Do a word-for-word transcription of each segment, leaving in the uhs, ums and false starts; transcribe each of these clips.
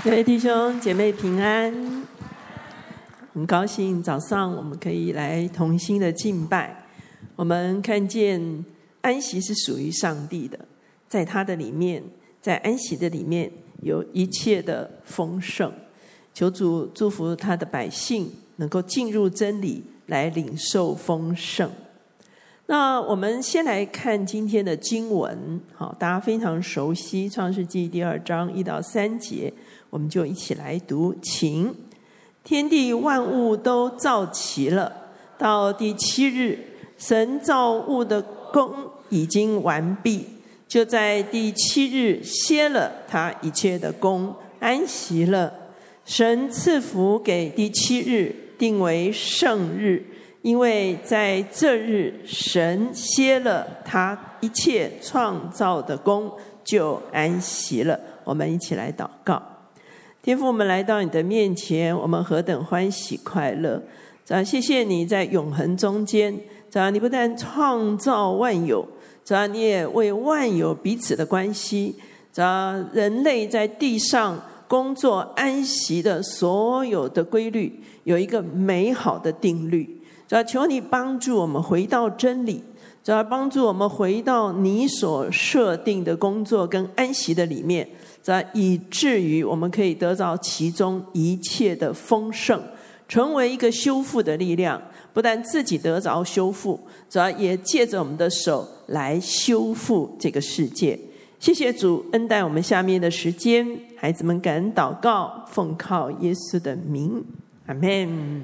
各位弟兄姐妹平安，很高兴早上我们可以来同心的敬拜。我们看见安息是属于上帝的，在他的里面，在安息的里面有一切的丰盛。求主祝福他的百姓能够进入真理，来领受丰盛。那我们先来看今天的经文，好，大家非常熟悉创世纪第二章一到三节，我们就一起来读。请天地万物都造齐了，到第七日，神造物的工已经完毕，就在第七日歇了他一切的工，安息了。神赐福给第七日，定为圣日，因为在这日神歇了他一切创造的工，就安息了。我们一起来祷告。天父，我们来到你的面前，我们何等欢喜快乐！主啊，谢谢你在永恒中间，主啊，你不但创造万有，主啊，你也为万有彼此的关系，主啊，人类在地上工作安息的所有的规律，有一个美好的定律。主啊，求你帮助我们回到真理，主啊，帮助我们回到你所设定的工作跟安息的里面，主啊，以至于我们可以得到其中一切的丰盛，成为一个修复的力量。不但自己得着修复，主啊，也借着我们的手来修复这个世界。谢谢主恩待我们下面的时间，孩子们感恩祷告，奉靠耶稣的名，阿们。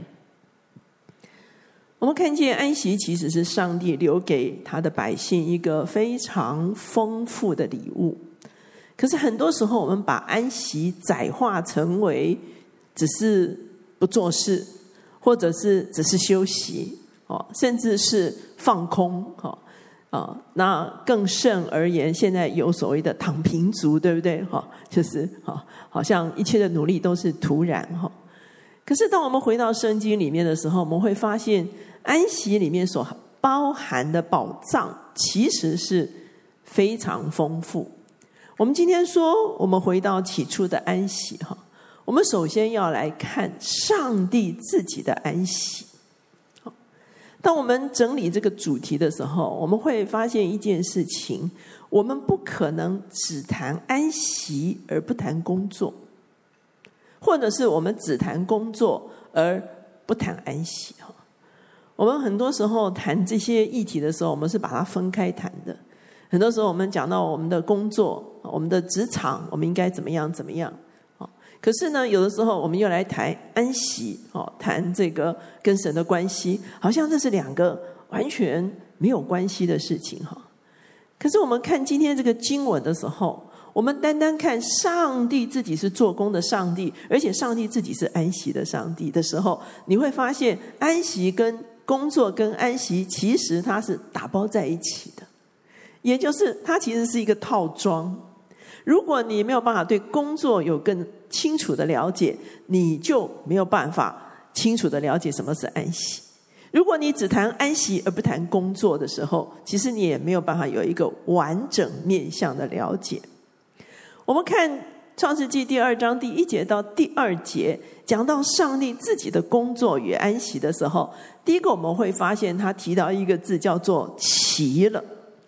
我们看见安息其实是上帝留给他的百姓一个非常丰富的礼物，可是很多时候我们把安息窄化成为只是不做事，或者是只是休息，甚至是放空。啊，那更甚而言，现在有所谓的躺平族，对不对？哈，就是哈，好像一切的努力都是徒然哈。可是当我们回到圣经里面的时候，我们会发现安息里面所包含的宝藏其实是非常丰富。我们今天说，我们回到起初的安息哈，我们首先要来看上帝自己的安息。当我们整理这个主题的时候，我们会发现一件事情，我们不可能只谈安息而不谈工作，或者是我们只谈工作而不谈安息。我们很多时候谈这些议题的时候，我们是把它分开谈的。很多时候我们讲到我们的工作，我们的职场，我们应该怎么样怎么样。可是呢，有的时候我们又来谈安息，谈这个跟神的关系，好像这是两个完全没有关系的事情。可是我们看今天这个经文的时候，我们单单看上帝自己是做工的上帝，而且上帝自己是安息的上帝的时候，你会发现安息跟工作跟安息其实它是打包在一起的，也就是它其实是一个套装。如果你没有办法对工作有更清楚的了解，你就没有办法清楚的了解什么是安息。如果你只谈安息而不谈工作的时候，其实你也没有办法有一个完整面向的了解。我们看创世纪第二章第一节到第二节，讲到上帝自己的工作与安息的时候，第一个我们会发现他提到一个字叫做齐了。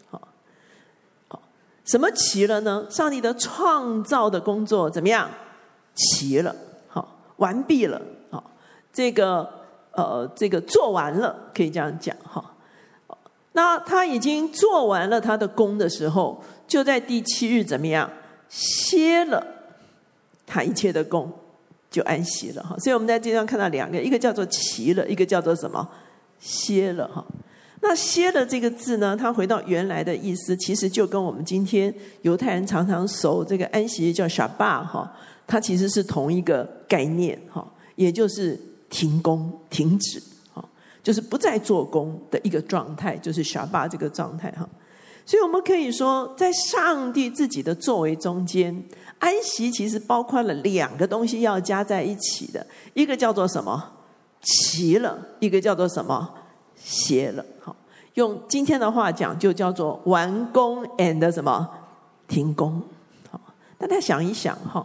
什么齐了呢？上帝的创造的工作怎么样？齐了，好，完毕了，好，这个呃，这个做完了，可以这样讲哈。那他已经做完了他的工的时候，就在第七日怎么样？歇了他一切的工，就安息了哈。所以我们在这上看到两个，一个叫做齐了，一个叫做什么？歇了哈。那歇了这个字呢，它回到原来的意思，其实就跟我们今天犹太人常常守这个安息日叫 Shabbat 哈，它其实是同一个概念哈，也就是停工、停止哈，就是不再做工的一个状态，就是 Shabbat 这个状态哈。所以我们可以说，在上帝自己的作为中间，安息其实包括了两个东西要加在一起的，一个叫做什么？齐了，一个叫做什么？歇了。用今天的话讲，就叫做完工 and 什么停工。大家想一想哈，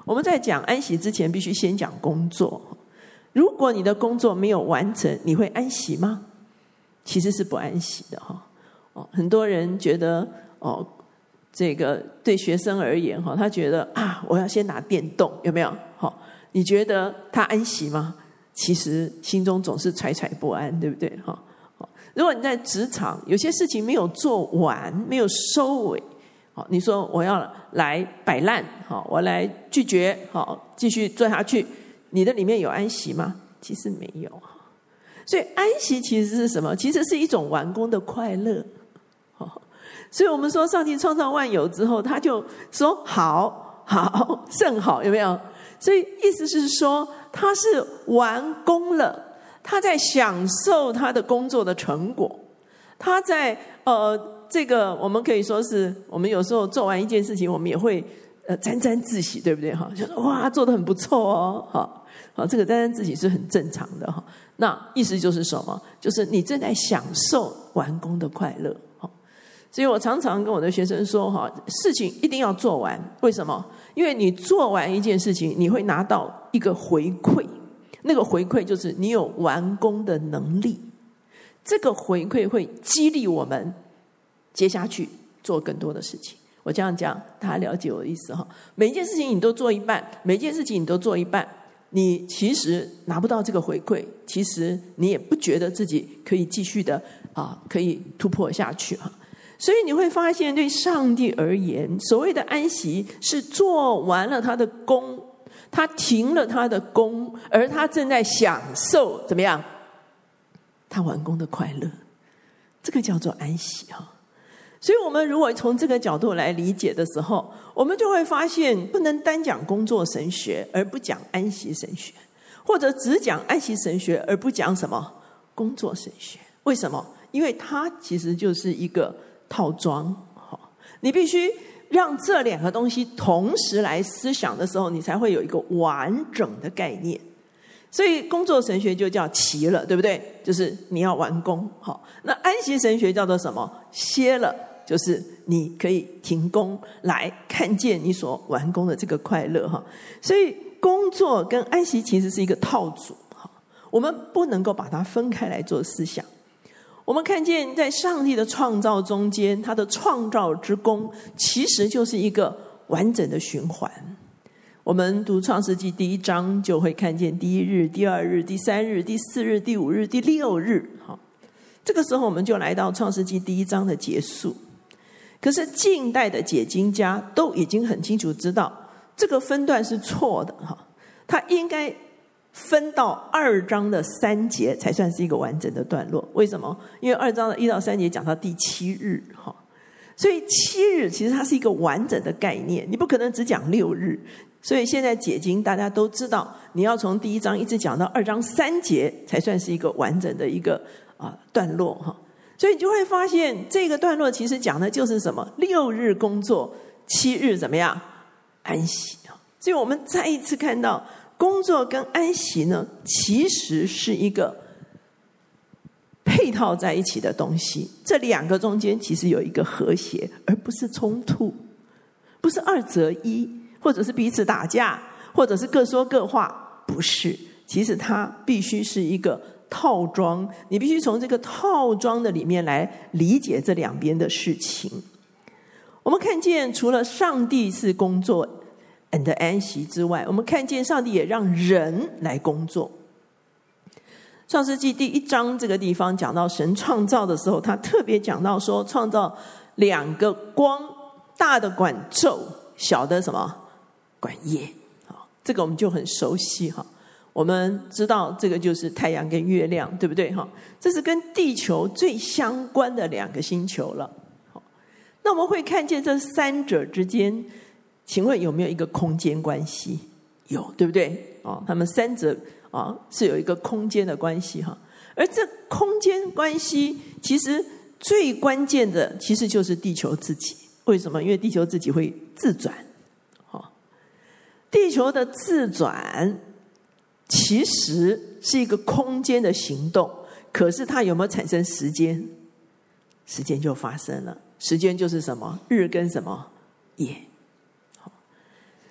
我们在讲安息之前，必须先讲工作。如果你的工作没有完成，你会安息吗？其实是不安息的哈。哦，很多人觉得哦，这个对学生而言哈，他觉得啊，我要先拿电动，有没有？好，你觉得他安息吗？其实心中总是惴惴不安，对不对？哈，如果你在职场有些事情没有做完，没有收尾，好，你说我要来摆烂，好，我来拒绝，好，继续做下去，你的里面有安息吗？其实没有。所以安息其实是什么？其实是一种完工的快乐。所以我们说上帝创造万有之后，他就说好好甚好，有没有？所以意思是说他是完工了，他在享受他的工作的成果，他在呃这个我们可以说是我们有时候做完一件事情，我们也会呃沾沾自喜，对不对哈？就说哇做得很不错哦，好，好，这个沾沾自喜是很正常的哈。那意思就是什么？就是你正在享受完工的快乐。所以我常常跟我的学生说哈，事情一定要做完。为什么？因为你做完一件事情，你会拿到一个回馈，那个回馈就是你有完工的能力。这个回馈会激励我们接下去做更多的事情。我这样讲，大家了解我的意思哈。每一件事情你都做一半，每一件事情你都做一半，你其实拿不到这个回馈，其实你也不觉得自己可以继续的啊，可以突破下去哈。所以你会发现，对上帝而言，所谓的安息是做完了他的工，他停了他的工，而他正在享受怎么样？他完工的快乐，这个叫做安息哈。所以我们如果从这个角度来理解的时候，我们就会发现，不能单讲工作神学而不讲安息神学，或者只讲安息神学而不讲什么工作神学。为什么？因为它其实就是一个套装，你必须让这两个东西同时来思想的时候，你才会有一个完整的概念。所以工作神学就叫齐了，对不对？就是你要完工。好，那安息神学叫做什么？歇了，就是你可以停工来看见你所完工的这个快乐哈。所以工作跟安息其实是一个套组，我们不能够把它分开来做思想。我们看见在上帝的创造中间，他的创造之功其实就是一个完整的循环。我们读创世纪第一章就会看见第一日、第二日、第三日、第四日、第五日、第六日。好，这个时候我们就来到创世纪第一章的结束。可是近代的解经家都已经很清楚知道，这个分段是错的哈，它应该分到二章的三节才算是一个完整的段落。为什么？因为二章的一到三节讲到第七日哈，所以七日其实它是一个完整的概念，你不可能只讲六日。所以现在解经大家都知道，你要从第一章一直讲到二章三节才算是一个完整的一个啊段落哈。所以你就会发现，这个段落其实讲的就是什么？六日工作，七日怎么样？安息。所以我们再一次看到，工作跟安息呢，其实是一个配套在一起的东西。这两个中间其实有一个和谐，而不是冲突，不是二择一，或者是彼此打架，或者是各说各话，不是。其实它必须是一个套装，你必须从这个套装的里面来理解这两边的事情。我们看见，除了上帝是工作 and 安息之外，我们看见上帝也让人来工作。创世纪第一章这个地方讲到神创造的时候，他特别讲到说，创造两个光，大的管昼，小的什么管夜。这个我们就很熟悉哈。我们知道这个就是太阳跟月亮，对不对哈？这是跟地球最相关的两个星球了。那我们会看见这三者之间，请问有没有一个空间关系？有，对不对？哦，他们三者啊是有一个空间的关系哈。而这空间关系其实最关键的，其实就是地球自己。为什么？因为地球自己会自转。好，地球的自转其实是一个空间的行动，可是它有没有产生时间？时间就发生了。时间就是什么？日跟什么？夜。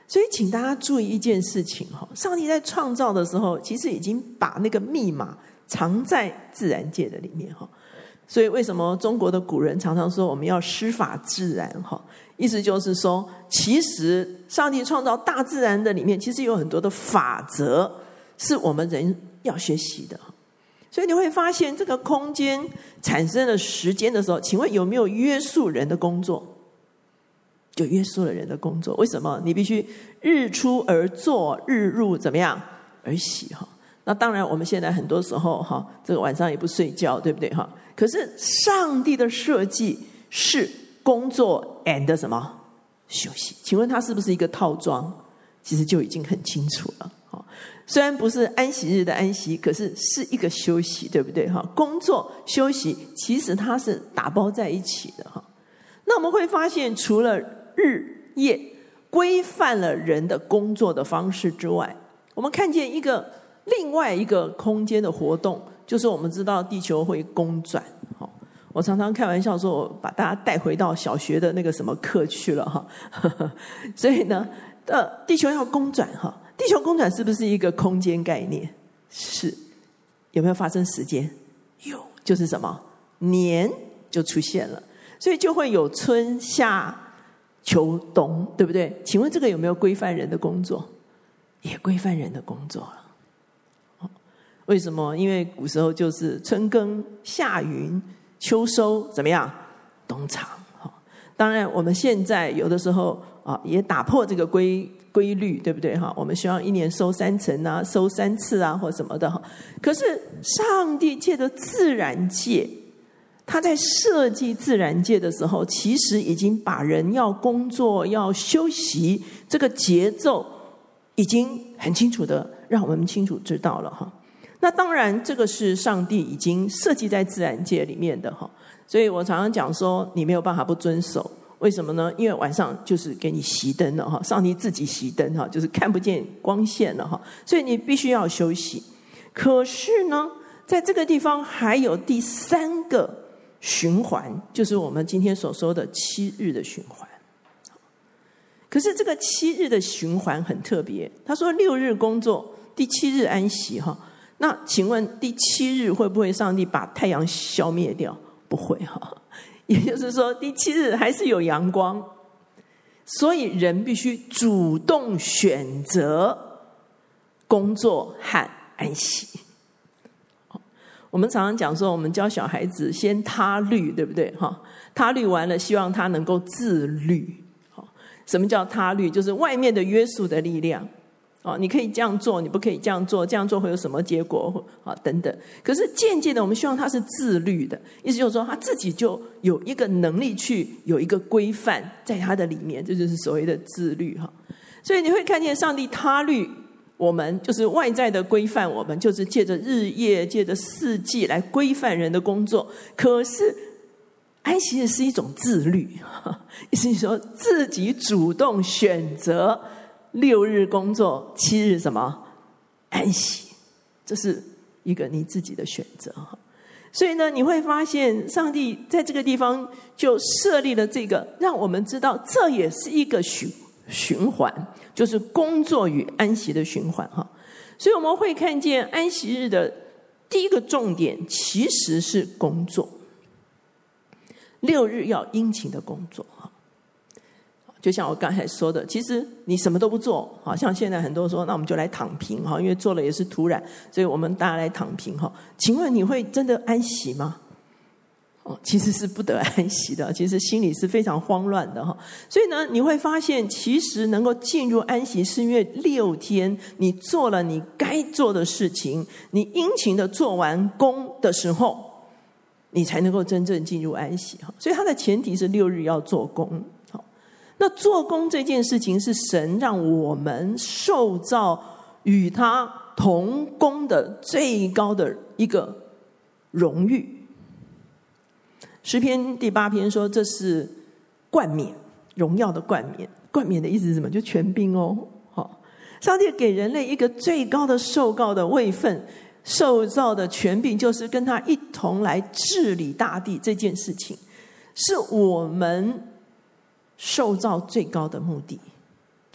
所以请大家注意一件事情，上帝在创造的时候其实已经把那个密码藏在自然界的里面。所以为什么中国的古人常常说我们要师法自然，意思就是说其实上帝创造大自然的里面其实有很多的法则是我们人要学习的。所以你会发现这个空间产生了时间的时候，请问有没有约束人的工作？就约束了人的工作。为什么？你必须日出而作，日入怎么样而息。那当然我们现在很多时候这个晚上也不睡觉，对不对？可是上帝的设计是工作 and 什么休息，请问它是不是一个套装？其实就已经很清楚了。虽然不是安息日的安息，可是是一个休息，对不对？工作休息其实它是打包在一起的。那我们会发现除了日夜规范了人的工作的方式之外，我们看见一个另外一个空间的活动，就是我们知道地球会公转。我常常开玩笑说我把大家带回到小学的那个什么课去了。所以呢呃，地球要公转，地球公转是不是一个空间概念？是。有没有发生时间？有，就是什么年就出现了，所以就会有春夏秋冬，对不对？请问这个有没有规范人的工作？也规范人的工作了。为什么？因为古时候就是春耕夏耘秋收，怎么样？冬藏。当然我们现在有的时候啊，也打破这个规规律，对不对？我们希望一年收三成啊，收三次啊，或什么的。可是上帝借着自然界，他在设计自然界的时候，其实已经把人要工作要休息这个节奏已经很清楚的让我们清楚知道了。那当然这个是上帝已经设计在自然界里面的。所以我常常讲说你没有办法不遵守。为什么呢？因为晚上就是给你熄灯了，上帝自己熄灯，就是看不见光线了，所以你必须要休息。可是呢在这个地方还有第三个循环，就是我们今天所说的七日的循环。可是这个七日的循环很特别，他说六日工作，第七日安息。那请问第七日会不会上帝把太阳消灭掉？不会。也就是说第七日还是有阳光，所以人必须主动选择工作和安息。我们常常讲说我们教小孩子先他律，对不对？他律完了希望他能够自律。什么叫他律？就是外面的约束的力量。你可以这样做，你不可以这样做，这样做会有什么结果等等。可是渐渐的我们希望他是自律的，意思就是说他自己就有一个能力去有一个规范在他的里面，这就是所谓的自律。所以你会看见上帝他律我们，就是外在的规范我们，就是借着日夜借着四季来规范人的工作。可是安息日是一种自律，意思是说自己主动选择六日工作，七日什么安息，这是一个你自己的选择。所以呢你会发现上帝在这个地方就设立了这个，让我们知道这也是一个循循环，就是工作与安息的循环。所以我们会看见安息日的第一个重点其实是工作，六日要殷勤的工作。就像我刚才说的，其实你什么都不做，好像现在很多说那我们就来躺平，因为做了也是突然，所以我们大家来躺平。请问你会真的安息吗？其实是不得安息的，其实心里是非常慌乱的。所以呢你会发现其实能够进入安息是因为六天你做了你该做的事情，你殷勤的做完工的时候，你才能够真正进入安息。所以它的前提是六日要做工。那做工这件事情是神让我们受造与他同工的最高的一个荣誉。诗篇第八篇说这是冠冕，荣耀的冠冕。冠冕的意思是什么？就权柄哦。上帝给人类一个最高的受膏的位分，受造的权柄就是跟他一同来治理大地，这件事情是我们受造最高的目的，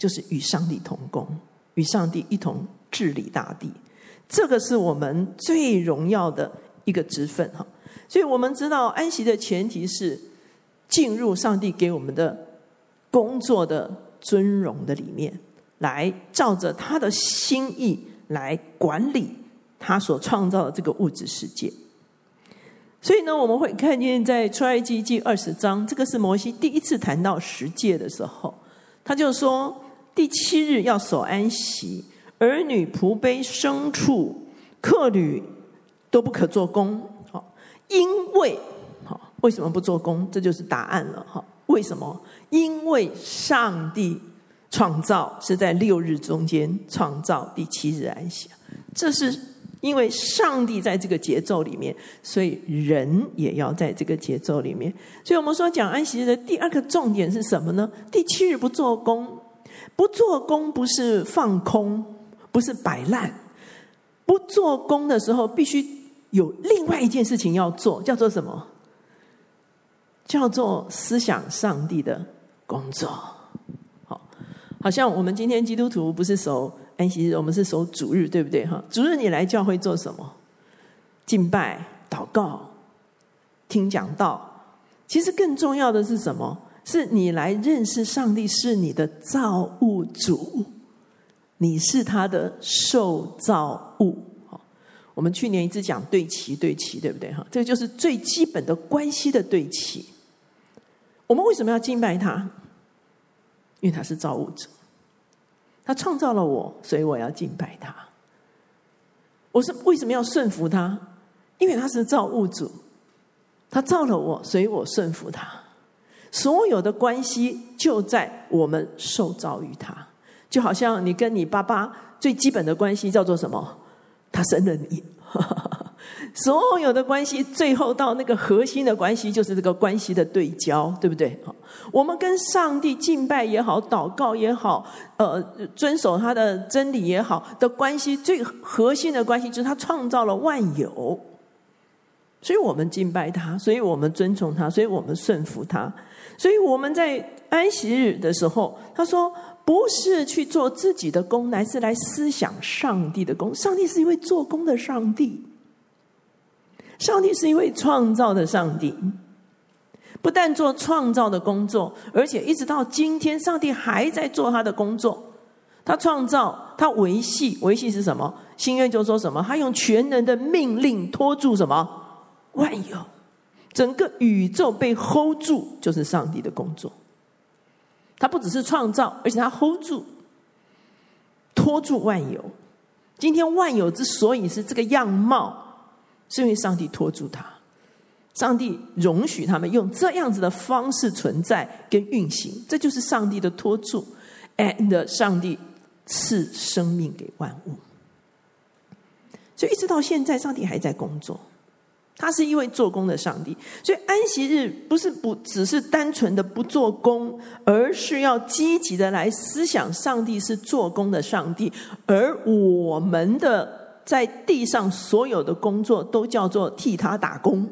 就是与上帝同工，与上帝一同治理大地。这个是我们最荣耀的一个职分。所以我们知道安息的前提是进入上帝给我们的工作的尊荣的里面，来照着他的心意来管理他所创造的这个物质世界。所以呢，我们会看见在出埃及记二十章，这个是摩西第一次谈到十诫的时候，他就说第七日要守安息，儿女、仆婢、牲畜、客旅都不可做工。因为为什么不做工？这就是答案了。为什么？因为上帝创造是在六日中间创造，第七日安息。这是因为上帝在这个节奏里面，所以人也要在这个节奏里面。所以我们说讲安息日的第二个重点是什么呢？第七日不做工。不做工不是放空，不是摆烂。不做工的时候必须有另外一件事情要做，叫做什么？叫做思想上帝的工作。好，好像我们今天基督徒不是守安息日，我们是守主日，对不对？主日你来教会做什么？敬拜、祷告、听讲道。其实更重要的是什么？是你来认识上帝是你的造物主，你是他的受造物。我们去年一直讲对齐对齐，对不对？这个就是最基本的关系的对齐。我们为什么要敬拜他？因为他是造物主，他创造了我，所以我要敬拜他。我是为什么要顺服他？因为他是造物主，他造了我，所以我顺服他。所有的关系就在我们受造于他。就好像你跟你爸爸最基本的关系叫做什么？他生了你。所有的关系最后到那个核心的关系，就是这个关系的对焦，对不对？我们跟上帝敬拜也好，祷告也好，呃，遵守他的真理也好的关系，最核心的关系就是他创造了万有，所以我们敬拜他，所以我们尊重他，所以我们顺服他。所以我们在安息日的时候，他说不是去做自己的工，乃是来思想上帝的工。上帝是一位做工的上帝，上帝是一位创造的上帝，不但做创造的工作，而且一直到今天上帝还在做他的工作。他创造，他维系，维系是什么？新约就说什么？他用全能的命令拖住什么？万有，整个宇宙被 hold 住，就是上帝的工作。他不只是创造，而且他 hold 住，拖住万有。今天万有之所以是这个样貌，是因为上帝拖住他，上帝容许他们用这样子的方式存在跟运行，这就是上帝的拖住。and 上帝赐生命给万物，所以一直到现在上帝还在工作，他是一位做工的上帝。所以安息日不是不只是单纯的不做工，而是要积极的来思想上帝是做工的上帝，而我们的在地上所有的工作都叫做替他打工。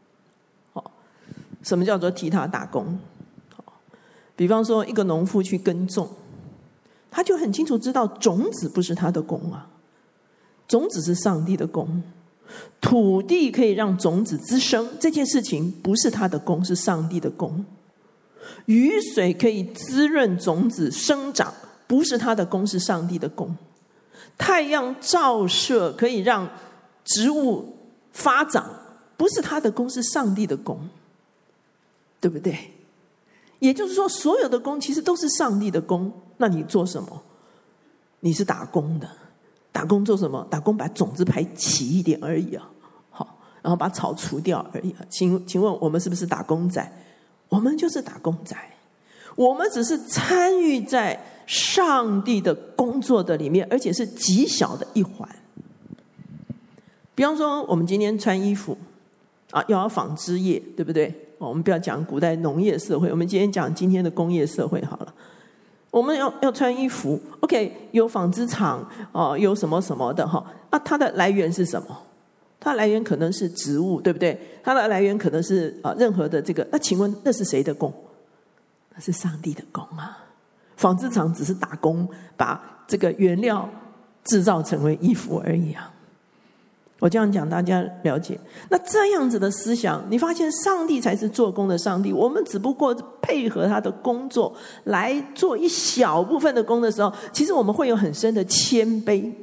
什么叫做替他打工？比方说一个农夫去耕种，他就很清楚知道种子不是他的工啊，种子是上帝的工。土地可以让种子滋生，这件事情不是他的工，是上帝的工。雨水可以滋润种子生长，不是他的工，是上帝的工。太阳照射可以让植物发长，不是他的工，是上帝的工，对不对？也就是说，所有的工其实都是上帝的工。那你做什么？你是打工的。打工做什么？打工把种子排齐一点而已啊，好，然后把草除掉而已啊。请请问我们是不是打工仔？我们就是打工仔，我们只是参与在上帝的工作的里面，而且是极小的一环。比方说，我们今天穿衣服啊，要纺织业，对不对？我们不要讲古代农业社会，我们今天讲今天的工业社会好了。我们要要穿衣服 ，OK， 有纺织厂哦、呃，有什么什么的哈。那、啊、它的来源是什么？它的来源可能是植物，对不对？它的来源可能是啊、呃、任何的这个。那请问那是谁的工？那是上帝的工啊！ 纺织厂只是打工，把这个原料制造成为衣服而已啊。我这样讲大家了解。那这样子的思想，你发现上帝才是做工的上帝，我们只不过配合他的工作来做一小部分的工的时候，其实我们会有很深的谦卑。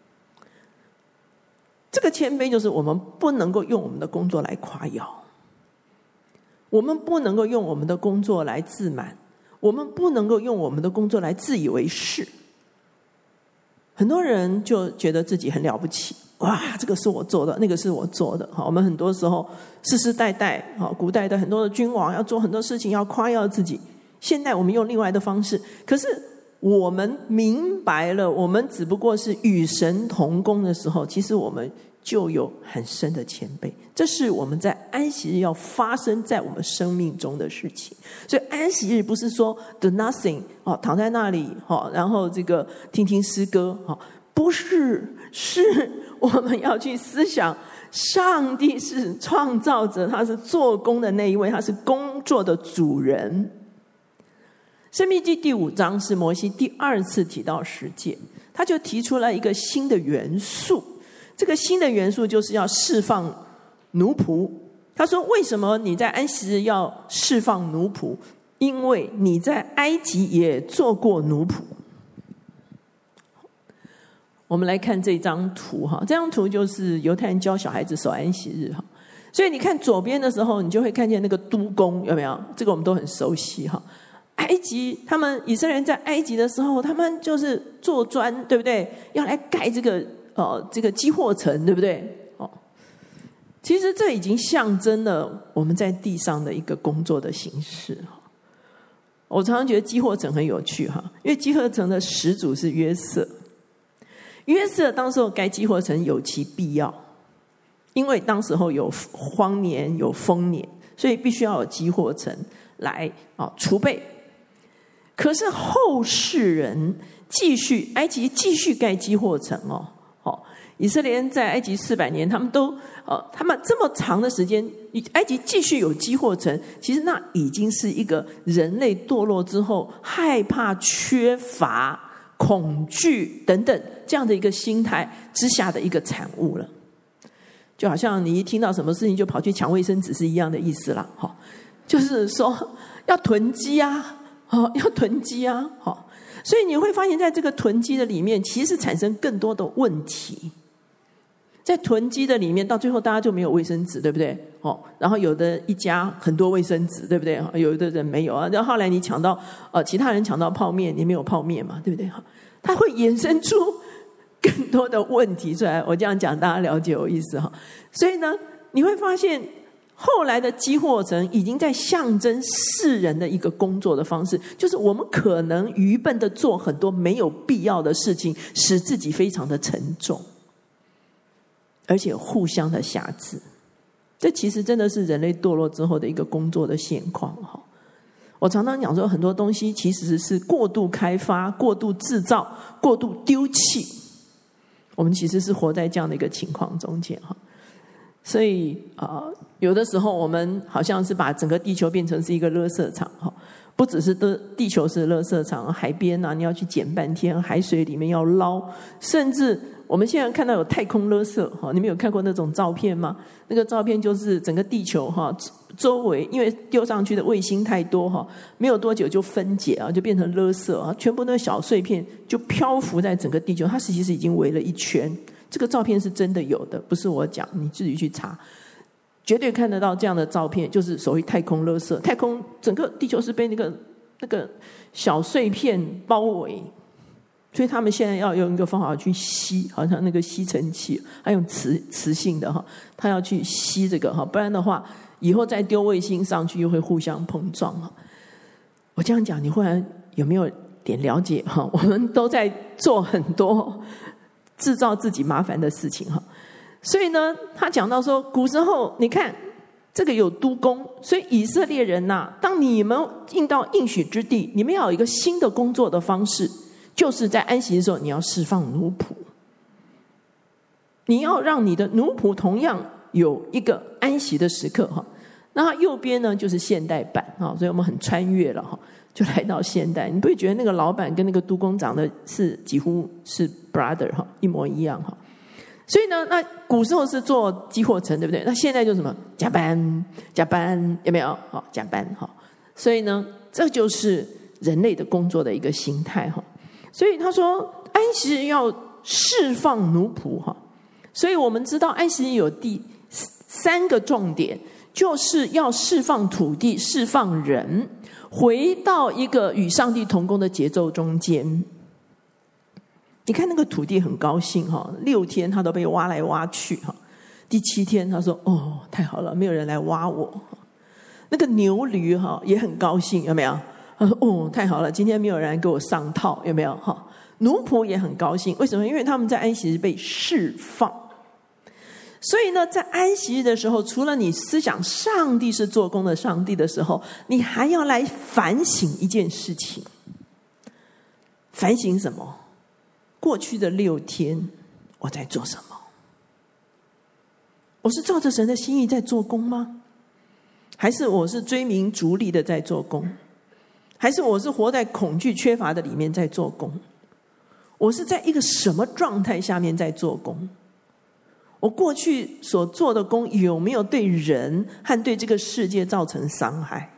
这个谦卑就是我们不能够用我们的工作来夸耀，我们不能够用我们的工作来自满，我们不能够用我们的工作来自以为是。很多人就觉得自己很了不起，哇，这个是我做的，那个是我做的。我们很多时候世世代代古代的很多的君王要做很多事情要夸耀自己，现代我们用另外的方式，可是我们明白了我们只不过是与神同工的时候，其实我们就有很深的谦卑。这是我们在安息日要发生在我们生命中的事情。所以安息日不是说 do nothing 躺在那里然后这个听听诗歌，不是，是我们要去思想上帝是创造者，他是做工的那一位，他是工作的主人。申命记第五章是摩西第二次提到十诫，他就提出了一个新的元素，这个新的元素就是要释放奴仆。他说为什么你在安息日要释放奴仆？因为你在埃及也做过奴仆。我们来看这张图哈，这张图就是犹太人教小孩子守安息日哈。所以你看左边的时候，你就会看见那个督工，有没有？这个我们都很熟悉哈。埃及他们以色列人在埃及的时候，他们就是做砖，对不对？要来盖这个呃这个积货城，对不对？哦，其实这已经象征了我们在地上的一个工作的形式哈。我常常觉得积货城很有趣哈，因为积货城的始祖是约瑟。约瑟当时候盖积货城有其必要，因为当时候有荒年有丰年，所以必须要有积货城来啊储备。可是后世人继续，埃及继续盖积货城哦，哦，以色列人在埃及四百年，他们都呃，他们这么长的时间，埃及继续有积货城，其实那已经是一个人类堕落之后害怕、缺乏、恐惧等等这样的一个心态之下的一个产物了。就好像你一听到什么事情就跑去抢卫生纸是一样的意思啦，哈，就是说要囤积啊。哦，要囤积啊！哦，所以你会发现在这个囤积的里面，其实产生更多的问题。在囤积的里面，到最后大家就没有卫生纸，对不对？哦，然后有的一家很多卫生纸，对不对？有的人没有啊。然后后来你抢到呃，其他人抢到泡面，你没有泡面嘛，对不对？它会衍生出更多的问题出来。我这样讲，大家了解我意思哈。所以呢，你会发现。后来的积货城已经在象征世人的一个工作的方式，就是我们可能愚笨的做很多没有必要的事情，使自己非常的沉重，而且互相的辖制。这其实真的是人类堕落之后的一个工作的现况。我常常讲说，很多东西其实是过度开发、过度制造、过度丢弃，我们其实是活在这样的一个情况中间哈。所以呃，有的时候我们好像是把整个地球变成是一个垃圾场哈，不只是地球是垃圾场，海边啊你要去捡半天，海水里面要捞，甚至我们现在看到有太空垃圾哈，你们有看过那种照片吗？那个照片就是整个地球哈周围，因为丢上去的卫星太多哈，没有多久就分解啊，就变成垃圾啊，全部那小碎片就漂浮在整个地球，它其实已经围了一圈。这个照片是真的有的，不是我讲，你自己去查，绝对看得到这样的照片，就是所谓太空垃圾。太空整个地球是被那个那个小碎片包围，所以他们现在要用一个方法去吸，好像那个吸尘器，还用磁磁性的哈，他要去吸这个哈，不然的话，以后再丢卫星上去又会互相碰撞哈。我这样讲，你忽然有没有点了解哈？我们都在做很多。制造自己麻烦的事情哈，所以呢，他讲到说，古时候你看这个有督工，所以以色列人呐、啊，当你们进到应许之地，你们要有一个新的工作的方式，就是在安息的时候，你要释放奴仆，你要让你的奴仆同样有一个安息的时刻哈。那右边呢就是现代版哈，所以我们很穿越了哈。 就来到现代，你不会觉得那个老板跟那个督工长得是几乎是 brother 哈，一模一样哈。所以呢，那古时候是做积货城，对不对？那现在就什么加班加班，有没有？好，加班哈。所以呢，这就是人类的工作的一个形态哈。所以他说，安息日要释放奴仆哈。所以我们知道安息日有第三个重点，就是要释放土地，释放人，回到一个与上帝同工的节奏中间。你看那个土地很高兴哈，六天他都被挖来挖去哈，第七天他说哦太好了，没有人来挖我。那个牛驴哈也很高兴，有没有？他说哦太好了，今天没有人来给我上套，有没有？哈，奴仆也很高兴，为什么？因为他们在安息日被释放。所以呢，在安息日的时候，除了你思想上帝是做工的上帝的时候，你还要来反省一件事情。反省什么？过去的六天我在做什么？我是照着神的心意在做工吗？还是我是追名逐利的在做工？还是我是活在恐惧缺乏的里面在做工？我是在一个什么状态下面在做工？我过去所做的工有没有对人和对这个世界造成伤害？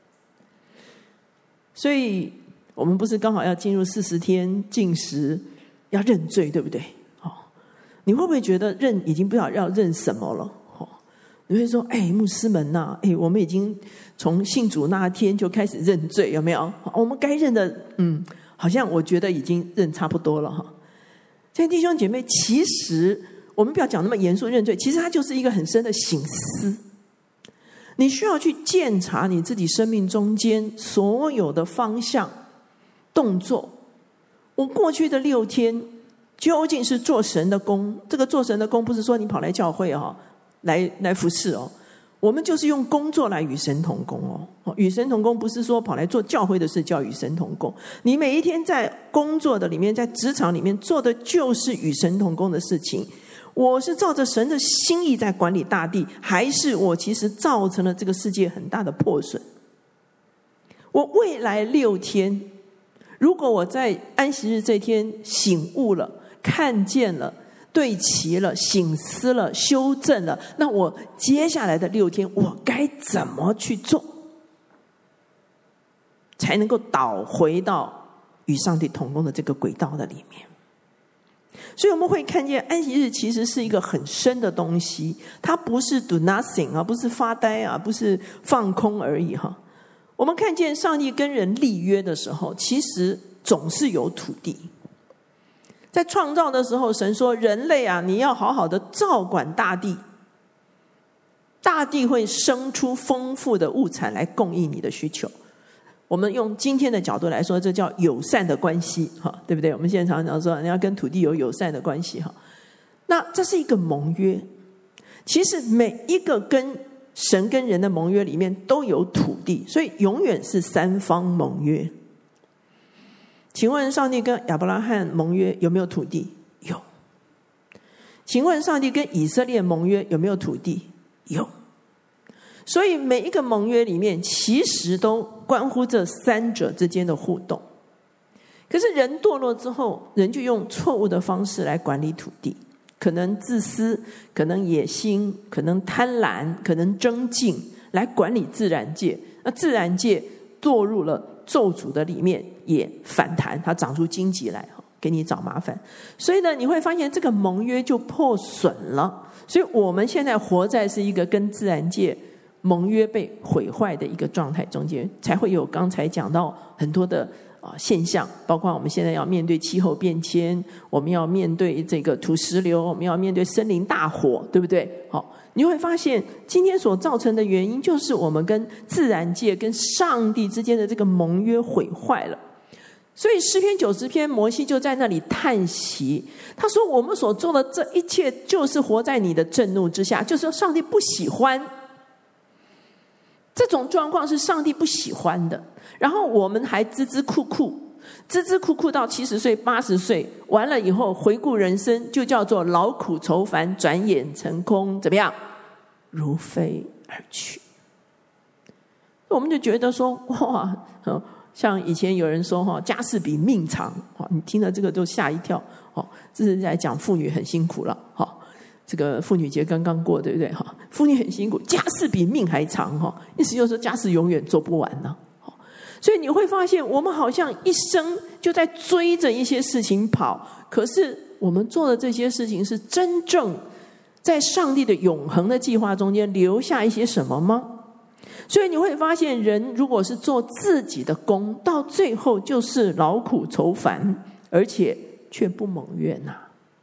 所以我们不是刚好要进入四十天禁食，要认罪，对不对？哦，你会不会觉得认已经不知道要认什么了？哦，你会说：“哎，牧师们呐、啊，哎，我们已经从信主那天就开始认罪，有没有？我们该认的，嗯，好像我觉得已经认差不多了哈。”这些弟兄姐妹，其实我们不要讲那么严肃认罪，其实它就是一个很深的省思。你需要去检查你自己生命中间所有的方向、动作。我过去的六天究竟是做神的工？这个做神的工不是说你跑来教会哦，来来服侍哦，我们就是用工作来与神同工哦。与神同工不是说跑来做教会的事叫与神同工，你每一天在工作的里面，在职场里面做的就是与神同工的事情。我是照着神的心意在管理大地，还是我其实造成了这个世界很大的破损？我未来六天，如果我在安息日这天醒悟了、看见了、对齐了、省思了、修正了，那我接下来的六天我该怎么去做，才能够导回到与上帝同工的这个轨道的里面？所以我们会看见安息日其实是一个很深的东西，它不是 do nothing 啊，不是发呆啊，不是放空而已哈。我们看见上帝跟人立约的时候，其实总是有土地。在创造的时候，神说人类啊，你要好好的照管大地，大地会生出丰富的物产来供应你的需求。我们用今天的角度来说，这叫友善的关系，对不对？我们现在常常说你要跟土地有友善的关系。那这是一个盟约，其实每一个跟神跟人的盟约里面都有土地，所以永远是三方盟约。请问上帝跟亚伯拉罕盟约有没有土地？有。请问上帝跟以色列盟约有没有土地？有。所以每一个盟约里面其实都关乎这三者之间的互动。可是人堕落之后，人就用错误的方式来管理土地，可能自私，可能野心，可能贪婪，可能争竞，来管理自然界。那自然界堕入了咒诅的里面，也反弹，它长出荆棘来给你找麻烦。所以呢，你会发现这个盟约就破损了。所以我们现在活在是一个跟自然界盟约被毁坏的一个状态中间，才会有刚才讲到很多的啊现象，包括我们现在要面对气候变迁，我们要面对这个土石流，我们要面对森林大火，对不对？好，你会发现今天所造成的原因，就是我们跟自然界、跟上帝之间的这个盟约毁坏了。所以诗篇九十篇，摩西就在那里叹息，他说：“我们所做的这一切，就是活在你的震怒之下，就是说上帝不喜欢。”这种状况是上帝不喜欢的，然后我们还孜孜酷酷，孜孜酷酷到七十岁、八十岁，完了以后回顾人生，就叫做劳苦愁烦，转眼成空，怎么样？如飞而去。我们就觉得说，哇， 像以前有人说哈，家事比命长，你听了这个都吓一跳。这是在讲妇女很辛苦了。这个妇女节刚刚过，对不对？妇女很辛苦，家事比命还长，意思就是说家事永远做不完呢。所以你会发现，我们好像一生就在追着一些事情跑，可是我们做的这些事情是真正在上帝的永恒的计划中间留下一些什么吗？所以你会发现，人如果是做自己的工，到最后就是劳苦愁烦，而且却不蒙悦呐。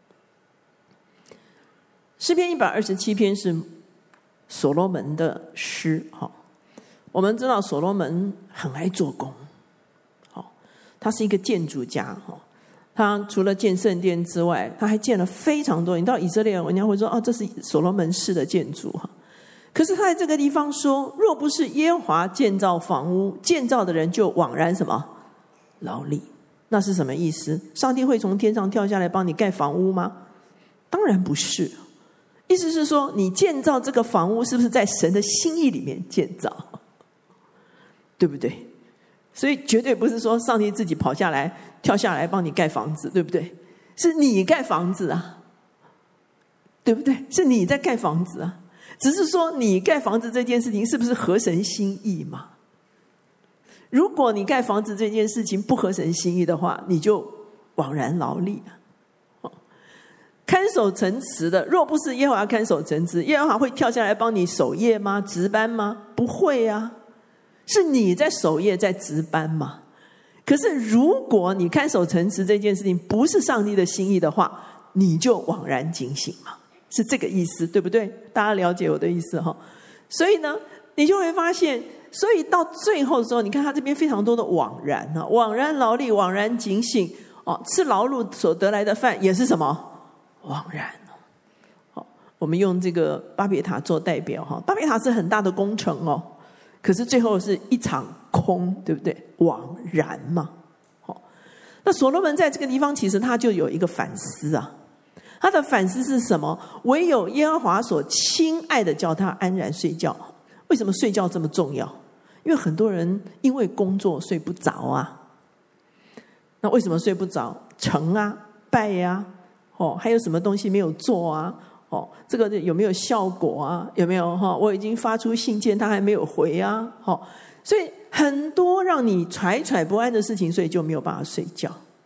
诗篇一百二十七篇是所罗门的诗。我们知道所罗门很爱做工，他是一个建筑家，他除了建圣殿之外，他还建了非常多。你到以色列人家会说，哦，这是所罗门式的建筑。可是他在这个地方说，若不是耶和华建造房屋，建造的人就枉然什么劳力。那是什么意思？上帝会从天上跳下来帮你盖房屋吗？当然不是。意思是说，你建造这个房屋是不是在神的心意里面建造，对不对？所以绝对不是说上帝自己跑下来跳下来帮你盖房子，对不对？是你盖房子啊，对不对？是你在盖房子啊，只是说你盖房子这件事情是不是合神心意嘛？如果你盖房子这件事情不合神心意的话，你就枉然劳力啊。看守城池的，若不是耶和华看守城池，耶和华会跳下来帮你守夜吗？值班吗？不会啊，是你在守夜在值班嘛。可是如果你看守城池这件事情不是上帝的心意的话，你就枉然警醒嘛，是这个意思，对不对？大家了解我的意思哈？所以呢，你就会发现，所以到最后的时候，你看他这边非常多的枉然啊，枉然劳力，枉然警醒哦，吃劳碌所得来的饭也是什么？枉然。好，我们用这个巴别塔做代表哈，巴别塔是很大的工程哦，可是最后是一场空，对不对？枉然嘛。好，那所罗门在这个地方其实他就有一个反思啊，他的反思是什么？唯有耶和华所亲爱的叫他安然睡觉。为什么睡觉这么重要？因为很多人因为工作睡不着啊。那为什么睡不着？成啊，败啊，哦，还有什么东西没有做啊？哦，这个有没有效果啊？有没有哈？我已经发出信件，他还没有回啊。哦，所以很多让你惴惴不安的事情，所以就没有办法睡觉。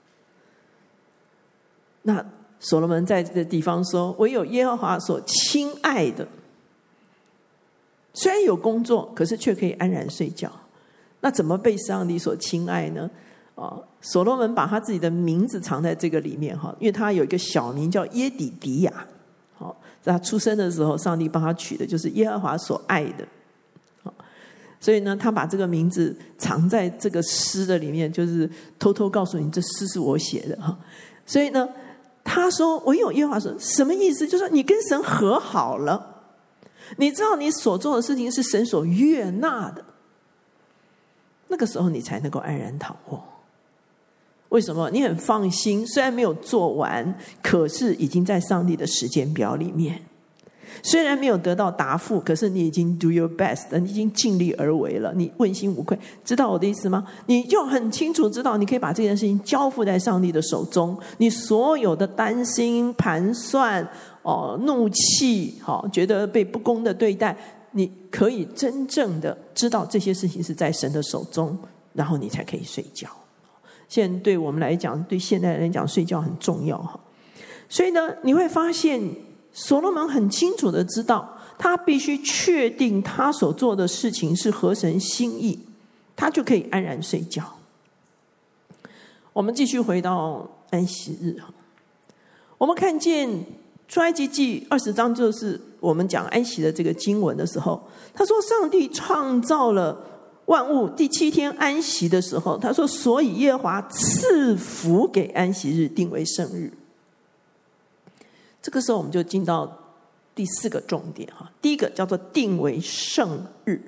那所罗门在这个地方说，唯有耶和华所亲爱的，虽然有工作，可是却可以安然睡觉。那怎么被上帝所亲爱呢？哦，所罗门把他自己的名字藏在这个里面哈，因为他有一个小名叫耶底迪亚。好，在他出生的时候，上帝帮他取的就是耶和华所爱的。好，所以呢，他把这个名字藏在这个诗的里面，就是偷偷告诉你，这诗是我写的哈。所以呢，他说唯有耶和华说，什么意思？就是说你跟神和好了，你知道你所做的事情是神所悦纳的，那个时候你才能够安然躺卧。为什么？你很放心，虽然没有做完，可是已经在上帝的时间表里面。虽然没有得到答复，可是你已经 do your best， 你已经尽力而为了，你问心无愧。知道我的意思吗？你就很清楚知道，你可以把这件事情交付在上帝的手中。你所有的担心、盘算、哦、怒气、哦、觉得被不公的对待，你可以真正的知道这些事情是在神的手中，然后你才可以睡觉。现在对我们来讲，对现代人来讲，睡觉很重要哈。所以呢，你会发现所罗门很清楚的知道，他必须确定他所做的事情是合神心意，他就可以安然睡觉。我们继续回到安息日，我们看见出埃及记二十章，就是我们讲安息的这个经文的时候，他说上帝创造了万物，第七天安息的时候，他说所以耶和华赐福给安息日，定为圣日。这个时候我们就进到第四个重点哈，第一个叫做定为圣日。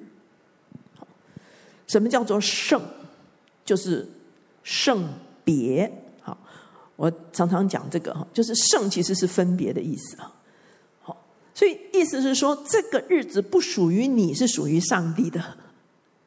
什么叫做圣？就是圣别。好，我常常讲这个哈，就是圣其实是分别的意思啊。好，所以意思是说，这个日子不属于你，是属于上帝的。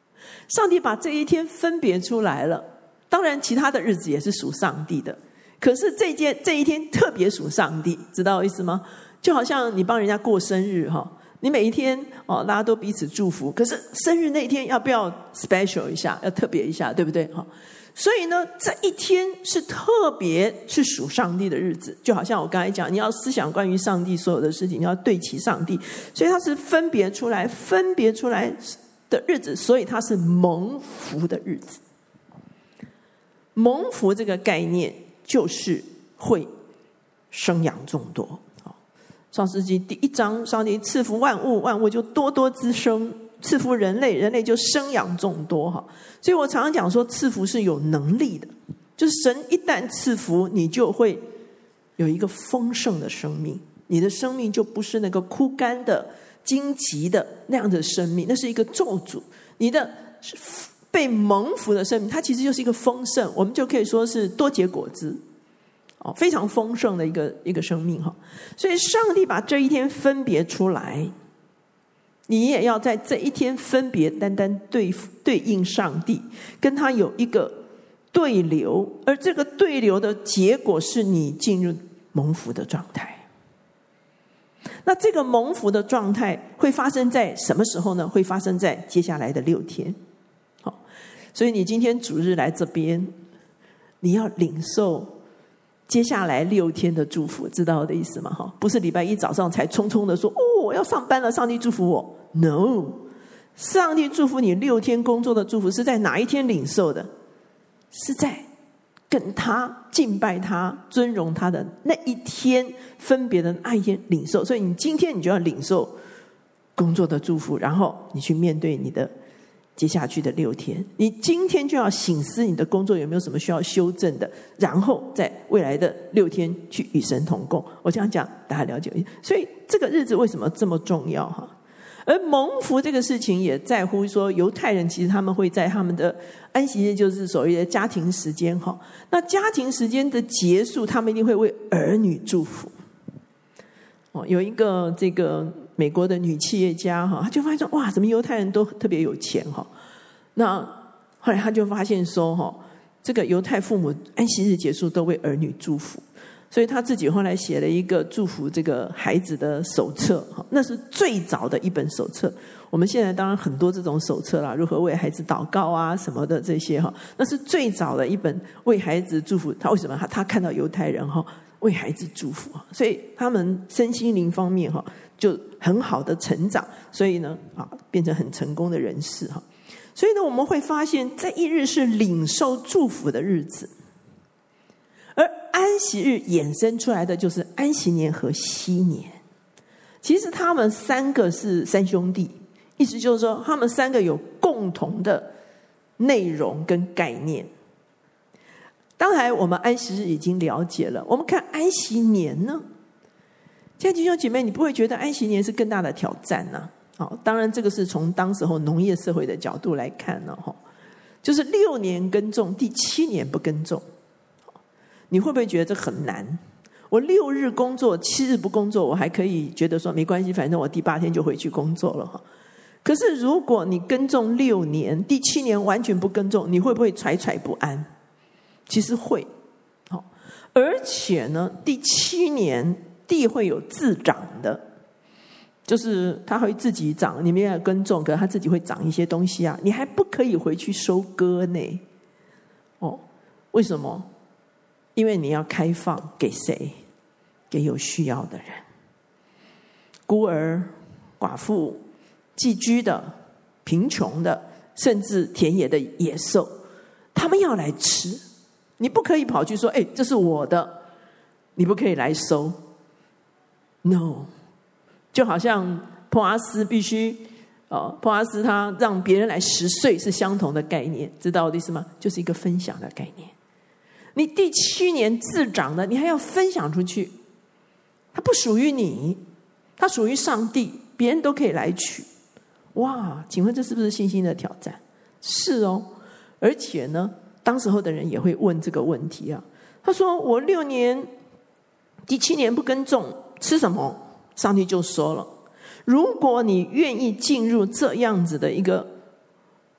上帝把这一天分别出来了，当然其他的日子也是属上帝的，可是这件这一天特别属上帝，知道意思吗？就好像你帮人家过生日哈，你每一天哦，大家都彼此祝福，可是生日那天要不要 special 一下，要特别一下，对不对？哈，所以呢，这一天是特别是属上帝的日子，就好像我刚才讲，你要思想关于上帝所有的事情，你要对齐上帝，所以它是分别出来分别出来的日子，所以它是蒙福的日子。蒙福这个概念就是会生养众多。创世纪第一章，上帝赐福万物，万物就多多滋生；赐福人类，人类就生养众多。哈，所以我常常讲说，赐福是有能力的，就是神一旦赐福，你就会有一个丰盛的生命，你的生命就不是那个枯干的、荆棘的那样的生命，那是一个咒诅。你的被蒙福的生命，它其实就是一个丰盛，我们就可以说是多结果子。哦，非常丰盛的一个一个生命哈，所以上帝把这一天分别出来，你也要在这一天分别单单对对应上帝，跟他有一个对流，而这个对流的结果是你进入蒙福的状态。那这个蒙福的状态会发生在什么时候呢？会发生在接下来的六天。好，所以你今天主日来这边，你要领受接下来六天的祝福，知道我的意思吗？不是礼拜一早上才匆匆的说，哦，我要上班了，上帝祝福我。 No， 上帝祝福你六天工作的祝福是在哪一天领受的？是在跟他敬拜他、尊荣他的那一天分别的那一天领受。所以你今天你就要领受工作的祝福，然后你去面对你的接下去的六天，你今天就要省思你的工作有没有什么需要修正的，然后在未来的六天去与神同共。我这样讲大家了解。所以这个日子为什么这么重要哈？而蒙福这个事情也在乎说，犹太人其实他们会在他们的安息日，就是所谓的家庭时间哈。那家庭时间的结束，他们一定会为儿女祝福。哦，有一个这个美国的女企业家哈，她就发现说，哇，怎么犹太人都特别有钱哈？那后来她就发现说，哈，这个犹太父母安息日结束都为儿女祝福，所以她自己后来写了一个祝福这个孩子的手册哈，那是最早的一本手册。我们现在当然很多这种手册啦，如何为孩子祷告啊什么的这些哈，那是最早的一本为孩子祝福。他为什么他他看到犹太人哈？为孩子祝福，所以他们身心灵方面哈就很好的成长，所以呢啊变成很成功的人士哈。所以呢我们会发现这一日是领受祝福的日子，而安息日衍生出来的就是安息年和禧年。其实他们三个是三兄弟，意思就是说他们三个有共同的内容跟概念。刚才我们安息日已经了解了，我们看安息年呢，亲爱的弟兄姐妹，你不会觉得安息年是更大的挑战呢、啊哦？当然这个是从当时候农业社会的角度来看呢、哦，就是六年耕种，第七年不耕种，你会不会觉得这很难？我六日工作，七日不工作，我还可以觉得说没关系，反正我第八天就回去工作了哈。可是如果你耕种六年，第七年完全不耕种，你会不会惴惴不安？其实会，好，而且呢，第七年地会有自长的，就是它会自己长，你们要耕种，可是它自己会长一些东西啊，你还不可以回去收割呢。哦，为什么？因为你要开放给谁？给有需要的人，孤儿、寡妇、寄居的、贫穷的，甚至田野的野兽，他们要来吃。你不可以跑去说，哎，这是我的，你不可以来收。No， 就好像波阿斯必须，哦，波阿斯他让别人来拾穗是相同的概念，知道我的意思吗？就是一个分享的概念。你第七年自长的，你还要分享出去，它不属于你，它属于上帝，别人都可以来取。哇，请问这是不是信心的挑战？是哦，而且呢，当时候的人也会问这个问题啊。他说：“我六年，第七年不耕种，吃什么？”上帝就说了：“如果你愿意进入这样子的一个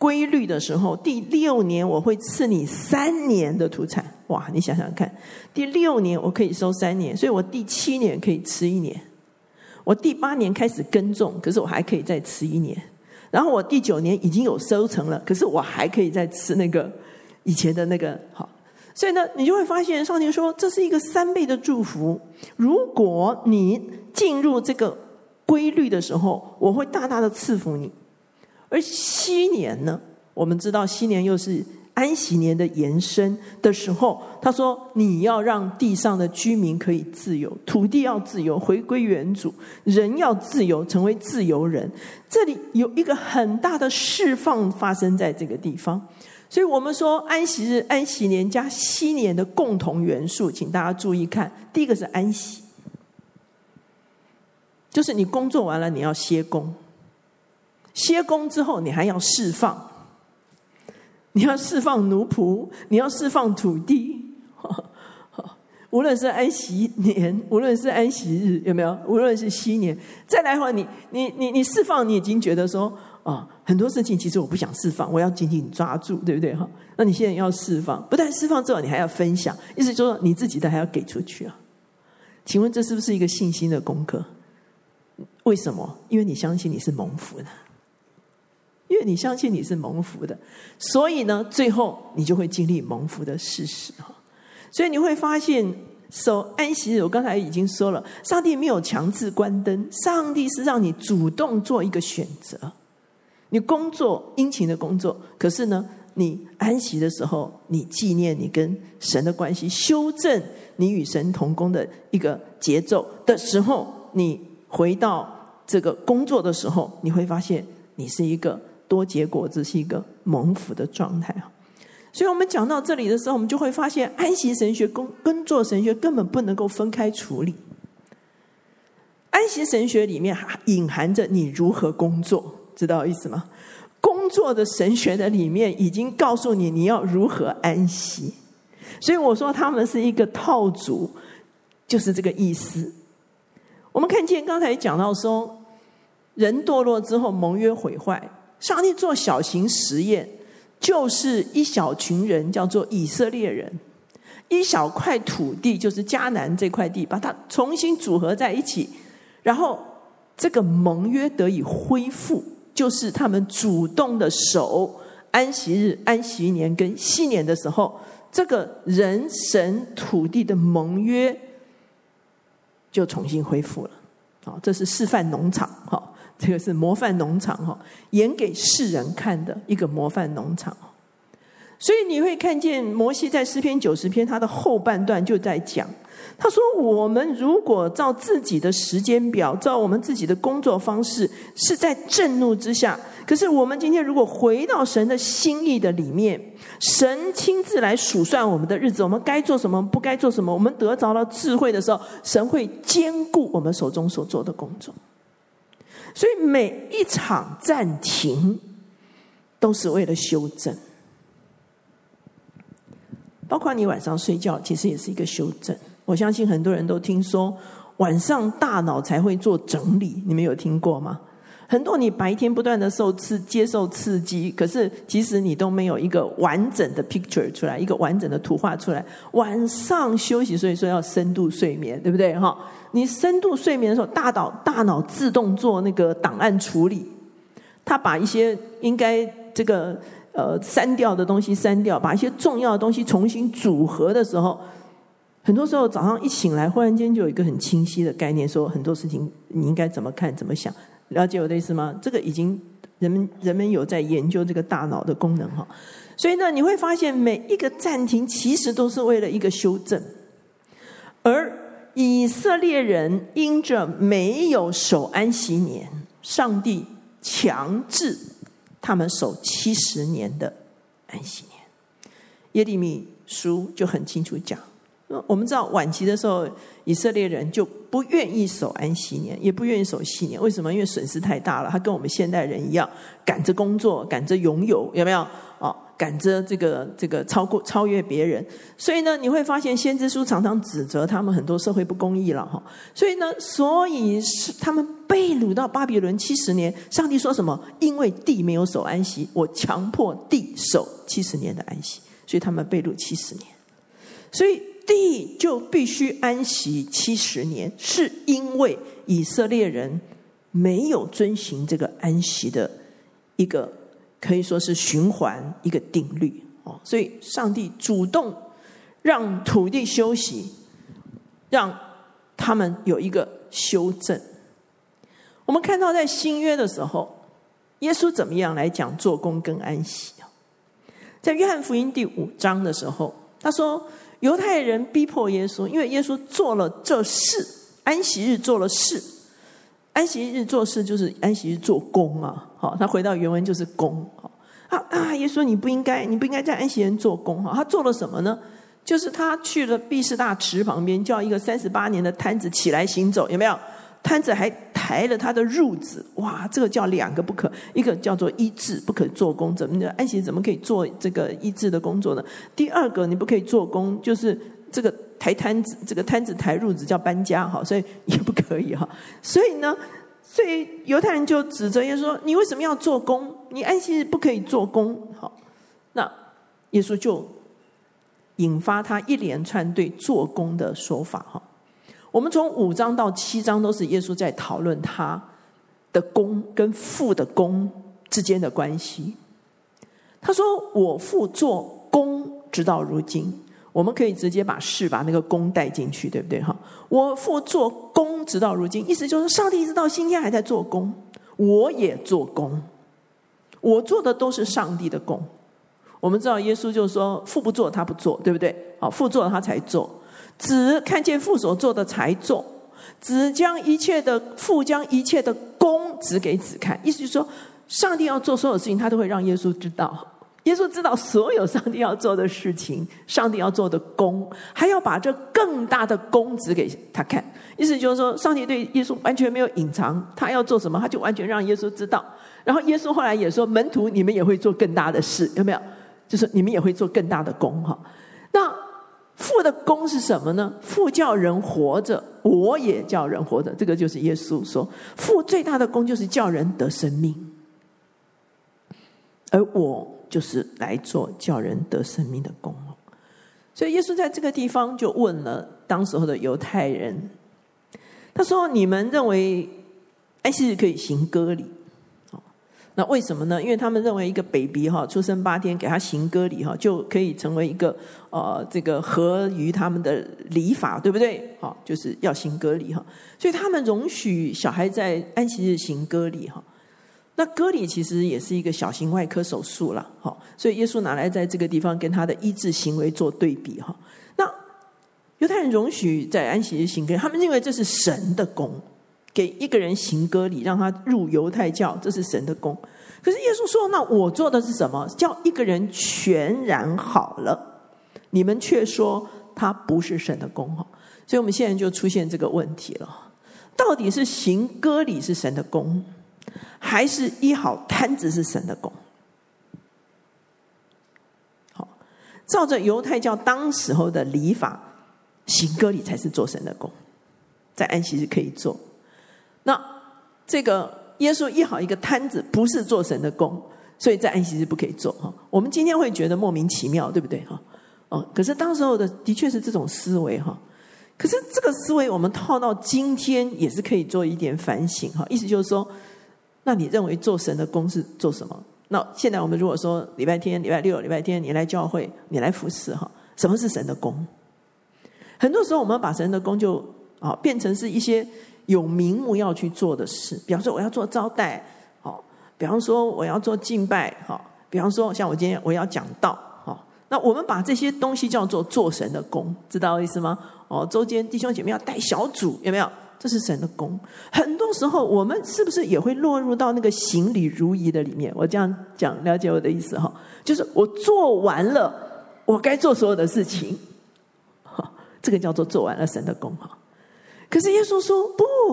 规律的时候，第六年我会赐你三年的土产。哇，你想想看，第六年我可以收三年，所以我第七年可以吃一年。我第八年开始耕种，可是我还可以再吃一年。然后我第九年已经有收成了，可是我还可以再吃那个以前的那个好。所以呢，你就会发现上帝说这是一个三倍的祝福。如果你进入这个规律的时候，我会大大的赐福你。而禧年呢，我们知道禧年又是安息年的延伸的时候，他说你要让地上的居民可以自由，土地要自由，回归原主，人要自由，成为自由人。这里有一个很大的释放发生在这个地方。所以我们说安息日、安息年加禧年的共同元素，请大家注意看，第一个是安息，就是你工作完了你要歇工，歇工之后你还要释放，你要释放奴仆，你要释放土地，无论是安息年，无论是安息日，有没有？无论是禧年，再来的话，你你你你释放，你已经觉得说啊，很多事情其实我不想释放，我要紧紧抓住，对不对？哈，那你现在要释放，不但释放之后，你还要分享，意思就是说你自己的还要给出去啊。请问这是不是一个信心的功课？为什么？因为你相信你是蒙福的。因为你相信你是蒙福的，所以呢，最后你就会经历蒙福的事实。所以你会发现，守安息日，我刚才已经说了，上帝没有强制关灯，上帝是让你主动做一个选择。你工作，殷勤的工作，可是呢，你安息的时候，你纪念你跟神的关系，修正你与神同工的一个节奏的时候，你回到这个工作的时候，你会发现你是一个多结果子，是一个蒙福的状态。所以我们讲到这里的时候，我们就会发现安息神学跟工作神学根本不能够分开处理。安息神学里面隐含着你如何工作，知道意思吗？工作的神学的里面已经告诉你你要如何安息。所以我说他们是一个套组，就是这个意思。我们看见刚才讲到说，人堕落之后盟约毁坏，上帝做小型实验，就是一小群人叫做以色列人，一小块土地就是迦南这块地，把它重新组合在一起，然后这个盟约得以恢复，就是他们主动的守安息日、安息年跟禧年的时候，这个人神土地的盟约就重新恢复了。好，这是示范农场，好，这个是模范农场，哈，演给世人看的一个模范农场。所以你会看见摩西在诗篇九十篇他的后半段就在讲，他说我们如果照自己的时间表，照我们自己的工作方式，是在震怒之下，可是我们今天如果回到神的心意的里面，神亲自来数算我们的日子，我们该做什么，不该做什么，我们得着了智慧的时候，神会兼顾我们手中所做的工作。所以每一场暂停都是为了修正，包括你晚上睡觉其实也是一个修正。我相信很多人都听说晚上大脑才会做整理，你们有听过吗？很多你白天不断的受刺接受刺激，可是其实你都没有一个完整的 picture 出来，一个完整的图画出来。晚上休息，所以说要深度睡眠，对不对？你深度睡眠的时候，大脑大脑自动做那个档案处理，它把一些应该这个呃删掉的东西删掉，把一些重要的东西重新组合的时候，很多时候早上一醒来，忽然间就有一个很清晰的概念，说很多事情你应该怎么看怎么想。了解我的意思吗？这个已经人们人们有在研究这个大脑的功能哈，所以呢，你会发现每一个暂停其实都是为了一个修正。而以色列人因着没有守安息年，上帝强制他们守七十年的安息年。耶利米书就很清楚讲，我们知道晚期的时候，以色列人就不愿意守安息年，也不愿意守禧年。为什么？因为损失太大了。他跟我们现代人一样，赶着工作，赶着拥有，有没有？哦， 赶着这个这个超过超越别人。所以呢，你会发现先知书常常指责他们很多社会不公义了哈。所以呢，所以是他们被掳到巴比伦七十年，上帝说什么？因为地没有守安息，我强迫地守七十年的安息，所以他们被掳七十年。所以地就必须安息七十年，是因为以色列人没有遵循这个安息的一个可以说是循环，一个定律。所以上帝主动让土地休息，让他们有一个修正。我们看到在新约的时候，耶稣怎么样来讲做工跟安息。在约翰福音第五章的时候，他说犹太人逼迫耶稣，因为耶稣做了这事，安息日做了事。安息日做事就是安息日做工啊，好，他回到原文就是工。啊啊！耶稣你不应该，你不应该在安息日做工。他做了什么呢？就是他去了毕士大池旁边，叫一个三十八年的瘫子起来行走，有没有？瘫子还抬了他的褥子，哇，这个叫两个不可，一个叫做医治，不可做工，怎么的？安息日怎么可以做这个医治的工作呢？第二个，你不可以做工，就是这个抬摊子，这个摊子抬褥子叫搬家，哈，所以也不可以哈。所以呢，所以犹太人就指责耶稣说：“你为什么要做工？你安息日不可以做工。”好，那耶稣就引发他一连串对做工的说法哈。我们从五章到七章都是耶稣在讨论他的工跟父的工之间的关系。他说：“我父做工直到如今。”我们可以直接把事把那个工带进去，对不对哈？我父做工直到如今，意思就是上帝一直到今天还在做工，我也做工，我做的都是上帝的工。我们知道耶稣就说父不做他不做，对不对？好，父做了他才做，子看见父所做的才做，子将一切的父将一切的工指给子看，意思就是说上帝要做所有事情他都会让耶稣知道。耶稣知道所有上帝要做的事情，上帝要做的工，还要把这更大的工指给他看。意思就是说上帝对耶稣完全没有隐藏，他要做什么他就完全让耶稣知道。然后耶稣后来也说，门徒你们也会做更大的事，有没有？就是你们也会做更大的工哈。那父的工是什么呢？父叫人活着，我也叫人活着，这个就是耶稣说父最大的工就是叫人得生命，而我就是来做叫人得生命的工。所以耶稣在这个地方就问了当时候的犹太人，他说：“你们认为安息日可以行割礼？那为什么呢？因为他们认为一个 baby 哈出生八天给他行割礼哈，就可以成为一个呃这个合于他们的礼法，对不对？好，就是要行割礼哈，所以他们容许小孩在安息日行割礼哈。那割礼其实也是一个小型外科手术啦，好，所以耶稣拿来在这个地方跟他的医治行为做对比哈。那犹太人容许在安息日行割礼，他们认为这是神的工，给一个人行割礼，让他入犹太教，这是神的工。可是耶稣说：“那我做的是什么？叫一个人全然好了。你们却说他不是神的工。”所以我们现在就出现这个问题了：到底是行割礼是神的工，还是医好瘫子是神的工？好，照着犹太教当时候的礼法，行割礼才是做神的工，在安息日可以做。那这个耶稣医好一个瘫子不是做神的工，所以在安息日不可以做。我们今天会觉得莫名其妙，对不对？可是当时候的的确是这种思维。可是这个思维我们套到今天也是可以做一点反省。意思就是说，那你认为做神的工是做什么？那现在我们如果说礼拜天、礼拜六、礼拜天你来教会，你来服侍，什么是神的工？很多时候我们把神的工就变成是一些有名目要去做的事，比方说我要做招待，比方说我要做敬拜，比方说像我今天我要讲道，那我们把这些东西叫做做神的工，知道意思吗？哦，周间弟兄姐妹要带小组，有没有？这是神的工。很多时候我们是不是也会落入到那个行礼如仪的里面？我这样讲，了解我的意思哈？就是我做完了我该做所有的事情，这个叫做做完了神的工哈。可是耶稣说不，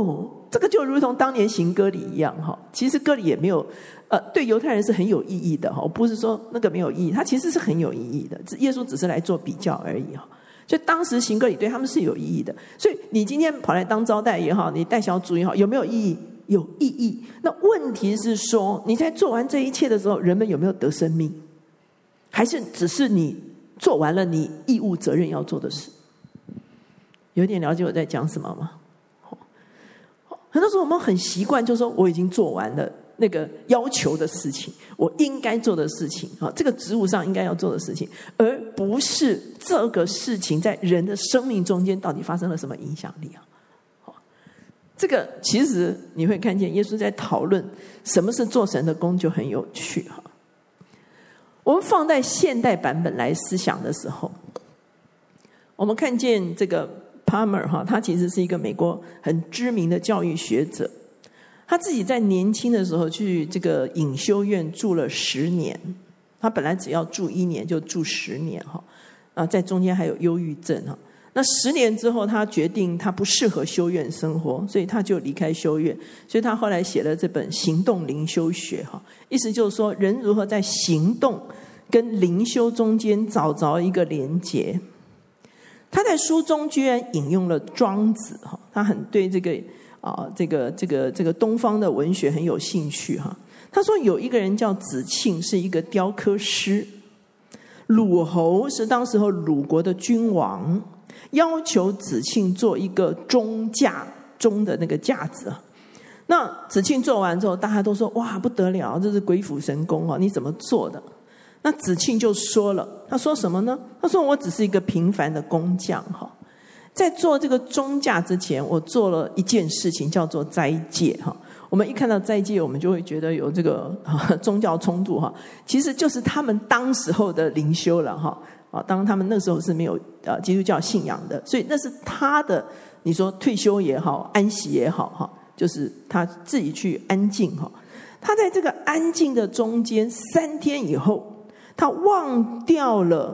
这个就如同当年行割礼一样哈。其实割礼也没有，呃，对犹太人是很有意义的哈，不是说那个没有意义，它其实是很有意义的。耶稣只是来做比较而已哈。所以当时行割礼对他们是有意义的。所以你今天跑来当招待也好，你带小组也好，有没有意义？有意义。那问题是说，你在做完这一切的时候，人们有没有得生命？还是只是你做完了你义务责任要做的事？有点了解我在讲什么吗？很多时候我们很习惯就是说我已经做完了那个要求的事情，我应该做的事情，这个职务上应该要做的事情，而不是这个事情在人的生命中间到底发生了什么影响力啊？这个其实你会看见耶稣在讨论什么是做神的工，就很有趣哈。我们放在现代版本来思想的时候，我们看见这个 Palmer 哈，他其实是一个美国很知名的教育学者，他自己在年轻的时候去这个隐修院住了十年，他本来只要住一年就住十年哈，啊，在中间还有忧郁症哈。那十年之后，他决定他不适合修院生活，所以他就离开修院。所以他后来写了这本《行动灵修学》哈，意思就是说，人如何在行动跟灵修中间找着一个连结。他在书中居然引用了庄子哈，他很对这个啊这个这个这个东方的文学很有兴趣哈。他说有一个人叫子庆，是一个雕刻师，鲁侯是当时候鲁国的君王。要求子庆做一个钟架，钟的那个架子啊。那子庆做完之后，大家都说哇不得了，这是鬼斧神工啊！你怎么做的？那子庆就说了，他说什么呢？他说我只是一个平凡的工匠哈，在做这个钟架之前，我做了一件事情叫做斋戒哈。我们一看到斋戒，我们就会觉得有这个宗教冲突哈，其实就是他们当时候的灵修了哈。啊，当然他们那时候是没有呃基督教信仰的，所以那是他的，你说退休也好，安息也好哈，就是他自己去安静哈。他在这个安静的中间，三天以后，他忘掉了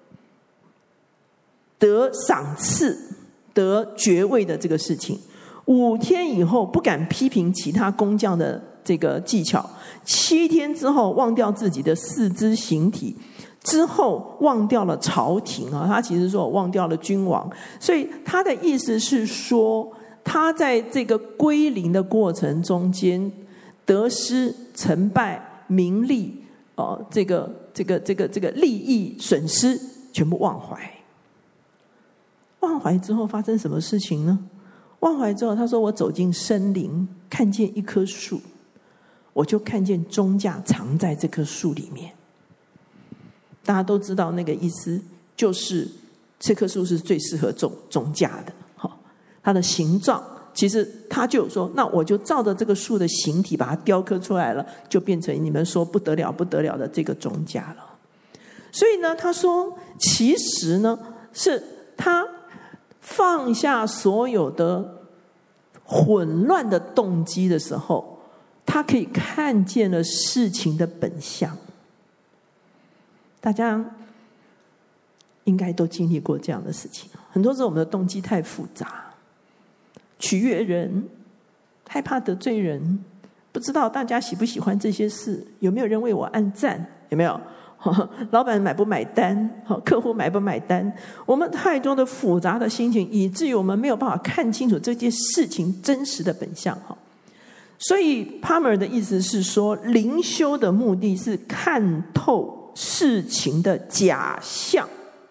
得赏赐、得爵位的这个事情。五天以后，不敢批评其他工匠的这个技巧。七天之后，忘掉自己的四肢形体。之后忘掉了朝廷啊，他其实说我忘掉了君王，所以他的意思是说，他在这个归零的过程中间，得失、成败、名利，哦、呃，这个这个这个这个利益损失全部忘怀。忘怀之后发生什么事情呢？忘怀之后，他说我走进森林，看见一棵树，我就看见钟架藏在这棵树里面。大家都知道那个意思，就是这棵树是最适合种钟架的，它的形状其实他就说，那我就照着这个树的形体把它雕刻出来了，就变成你们说不得了不得了的这个钟架了。所以呢，他说其实呢，是他放下所有的混乱的动机的时候，他可以看见了事情的本相。大家应该都经历过这样的事情，很多时候我们的动机太复杂，取悦人，害怕得罪人，不知道大家喜不喜欢这些事，有没有人为我按赞，有没有老板买不买单，客户买不买单，我们太多的复杂的心情，以至于我们没有办法看清楚这件事情真实的本相。所以 Palmer 的意思是说，灵修的目的是看透事情的假象。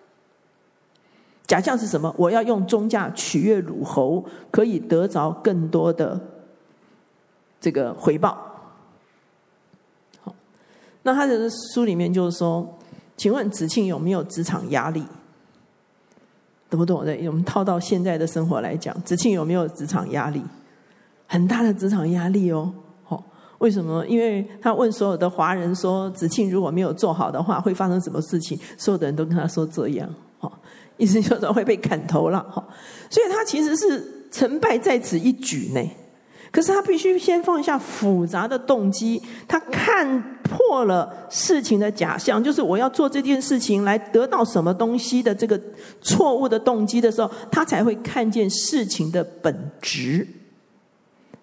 假象是什么？我要用钟架取悦鲁侯，可以得着更多的这个回报。好，那他的书里面就是说，请问子庆有没有职场压力？懂不懂？我们套到现在的生活来讲，子庆有没有职场压力？很大的职场压力哦。为什么？因为他问所有的华人说，子庆如果没有做好的话，会发生什么事情？所有的人都跟他说这样，意思就是说会被砍头了。所以他其实是成败在此一举呢。可是他必须先放下复杂的动机，他看破了事情的假象，就是我要做这件事情来得到什么东西的这个错误的动机的时候，他才会看见事情的本质。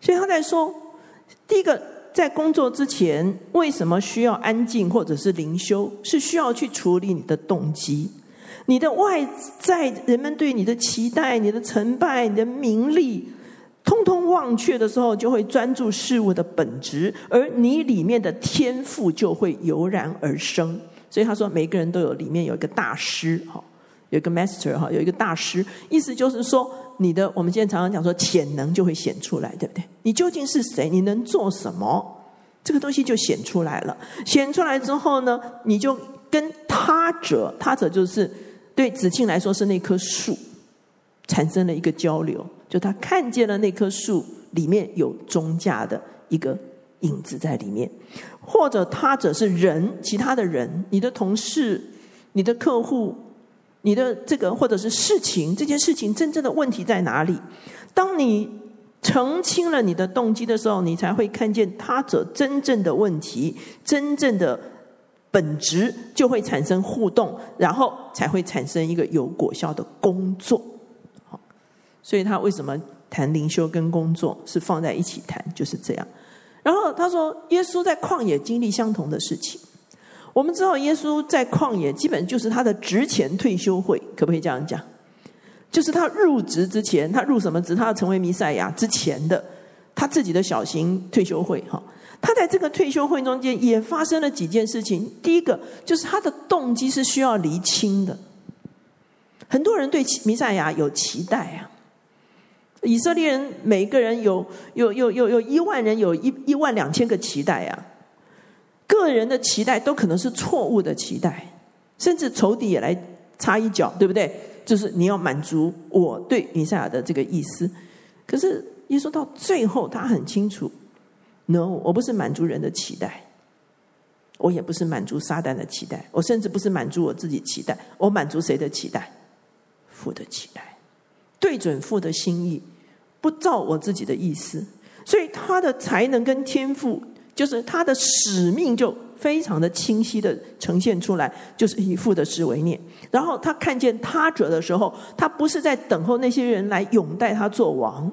所以他在说，第一个，在工作之前为什么需要安静或者是灵修，是需要去处理你的动机。你的外在人们对你的期待、你的成败、你的名利通通忘却的时候，就会专注事物的本质，而你里面的天赋就会油然而生。所以他说每个人都有里面有一个大师，有一个 master， 有一个大师，意思就是说你的，我们现在常常讲说潜能就会显出来，对不对？你究竟是谁，你能做什么，这个东西就显出来了。显出来之后呢，你就跟他者，他者就是对子庆来说是那棵树，产生了一个交流，就他看见了那棵树里面有中价的一个影子在里面。或者他者是人，其他的人，你的同事、你的客户、你的这个或者是事情，这件事情真正的问题在哪里？当你澄清了你的动机的时候，你才会看见他者真正的问题，真正的本质，就会产生互动，然后才会产生一个有果效的工作。所以他为什么谈灵修跟工作是放在一起谈，就是这样。然后他说耶稣在旷野经历相同的事情。我们知道耶稣在旷野基本就是他的职前退休会，可不可以这样讲？就是他入职之前，他入什么职？他要成为弥赛亚之前的他自己的小型退休会。他在这个退休会中间也发生了几件事情。第一个就是他的动机是需要厘清的。很多人对弥赛亚有期待啊，以色列人每个人有有有有有一万人有一一万两千个期待啊，个人的期待都可能是错误的期待，甚至仇敌也来插一脚，对不对？就是你要满足我对弥赛亚的这个意思。可是耶稣到最后他很清楚 ，no， 我不是满足人的期待，我也不是满足撒旦的期待，我甚至不是满足我自己期待，我满足谁的期待？父的期待，对准父的心意，不照我自己的意思。所以他的才能跟天赋，就是他的使命就非常的清晰的呈现出来，就是以父的事为念。然后他看见他者的时候，他不是在等候那些人来拥戴他做王。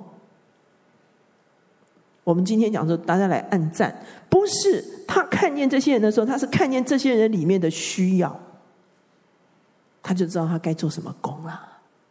我们今天讲说大家来按赞，不是他看见这些人的时候，他是看见这些人里面的需要，他就知道他该做什么工了。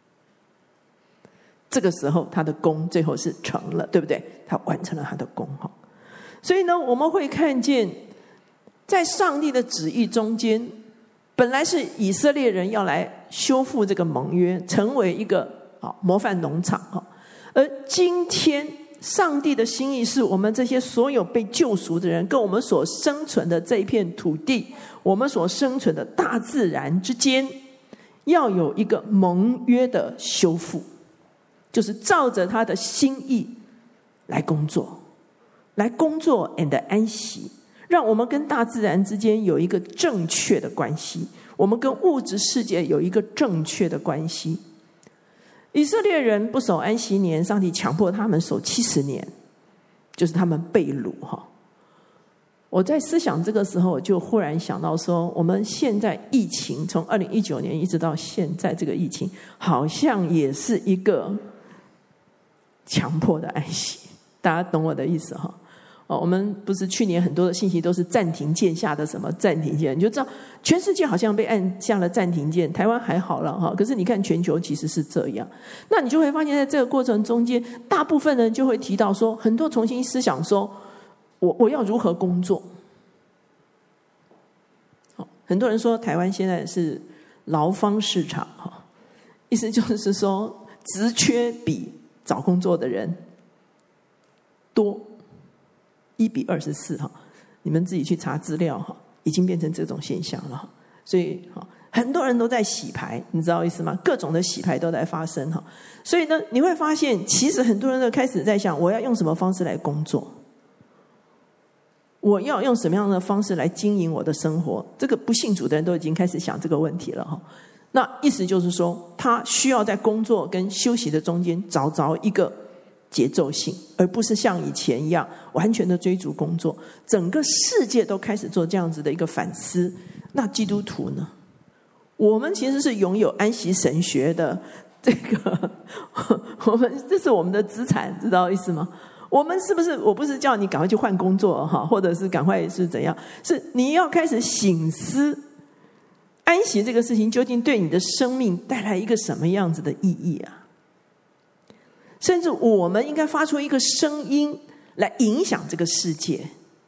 这个时候他的功最后是成了，对不对？他完成了他的功。所以呢，我们会看见在上帝的旨意中间，本来是以色列人要来修复这个盟约，成为一个模范农场，而今天上帝的心意是我们这些所有被救赎的人跟我们所生存的这一片土地，我们所生存的大自然之间要有一个盟约的修复，就是照着他的心意来工作，来工作 and 安息，让我们跟大自然之间有一个正确的关系，我们跟物质世界有一个正确的关系。以色列人不守安息年，上帝强迫他们守七十年，就是他们被掳。我在思想这个时候，我就忽然想到说，我们现在疫情从二零一九年一直到现在，这个疫情好像也是一个强迫的安息，大家懂我的意思哈？哦，我们不是去年很多的信息都是暂停键下的什么暂停键，你就知道全世界好像被按下了暂停键，台湾还好了哈。可是你看全球其实是这样，那你就会发现在这个过程中间，大部分人就会提到说，很多重新思想说，我我要如何工作？好，很多人说台湾现在是劳方市场哈，意思就是说职缺比找工作的人多。一比二十四哈，你们自己去查资料哈，已经变成这种现象了。所以哈，很多人都在洗牌，你知道意思吗？各种的洗牌都在发生哈。所以呢，你会发现，其实很多人都开始在想，我要用什么方式来工作？我要用什么样的方式来经营我的生活？这个不信主的人都已经开始想这个问题了哈。那意思就是说，他需要在工作跟休息的中间找着一个节奏性，而不是像以前一样完全的追逐工作。整个世界都开始做这样子的一个反思。那基督徒呢？我们其实是拥有安息神学的这个，我们这是我们的资产，知道意思吗？ 我们是不是，我不是叫你赶快去换工作哈，或者是赶快是怎样，是你要开始省思安息这个事情究竟对你的生命带来一个什么样子的意义啊？甚至我们应该发出一个声音来影响这个世界。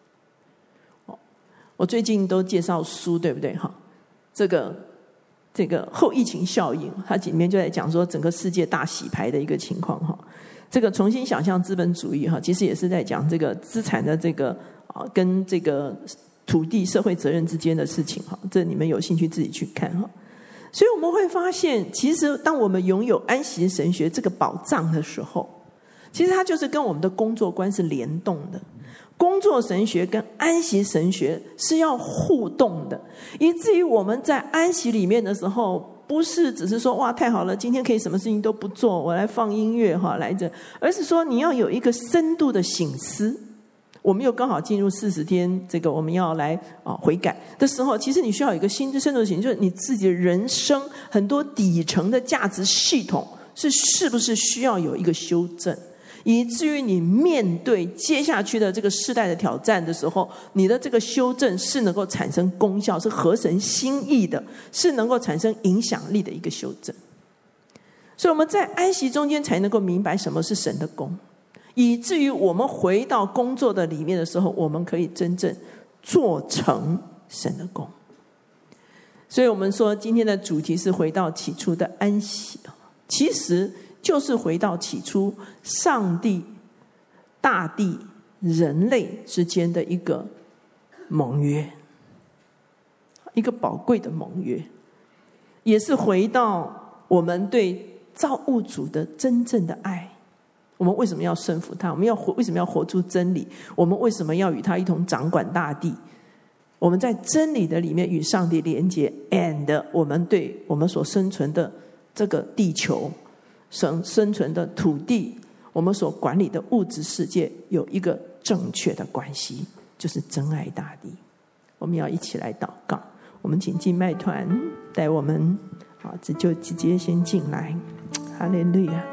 我最近都介绍书，对不对哈？这个这个后疫情效应，它里面就在讲说整个世界大洗牌的一个情况哈。这个重新想象资本主义哈，其实也是在讲这个资产的这个啊跟这个土地社会责任之间的事情哈。这你们有兴趣自己去看哈。所以我们会发现，其实当我们拥有安息神学这个宝藏的时候，其实它就是跟我们的工作观是联动的。工作神学跟安息神学是要互动的，以至于我们在安息里面的时候，不是只是说哇太好了，今天可以什么事情都不做，我来放音乐哈来着，而是说你要有一个深度的省思。我们又刚好进入四十天，这个我们要来啊悔改的时候，其实你需要有一个新深度的省思，就是你自己的人生很多底层的价值系统是是不是需要有一个修正。以至于你面对接下去的这个世代的挑战的时候，你的这个修正是能够产生功效，是合神心意的，是能够产生影响力的一个修正。所以我们在安息中间才能够明白什么是神的工，以至于我们回到工作的里面的时候，我们可以真正做成神的工。所以我们说今天的主题是回到起初的安息，其实就是回到起初上帝、大地、人类之间的一个盟约，一个宝贵的盟约，也是回到我们对造物主的真正的爱。我们为什么要顺服他？我们要活，为什么要活出真理？我们为什么要与他一同掌管大地？我们在真理的里面与上帝连接 and 我们对我们所生存的这个地球生生存的土地，我们所管理的物质世界有一个正确的关系，就是真爱大地。我们要一起来祷告。我们请敬拜团带我们，好，这就直接先进来。哈利路亚。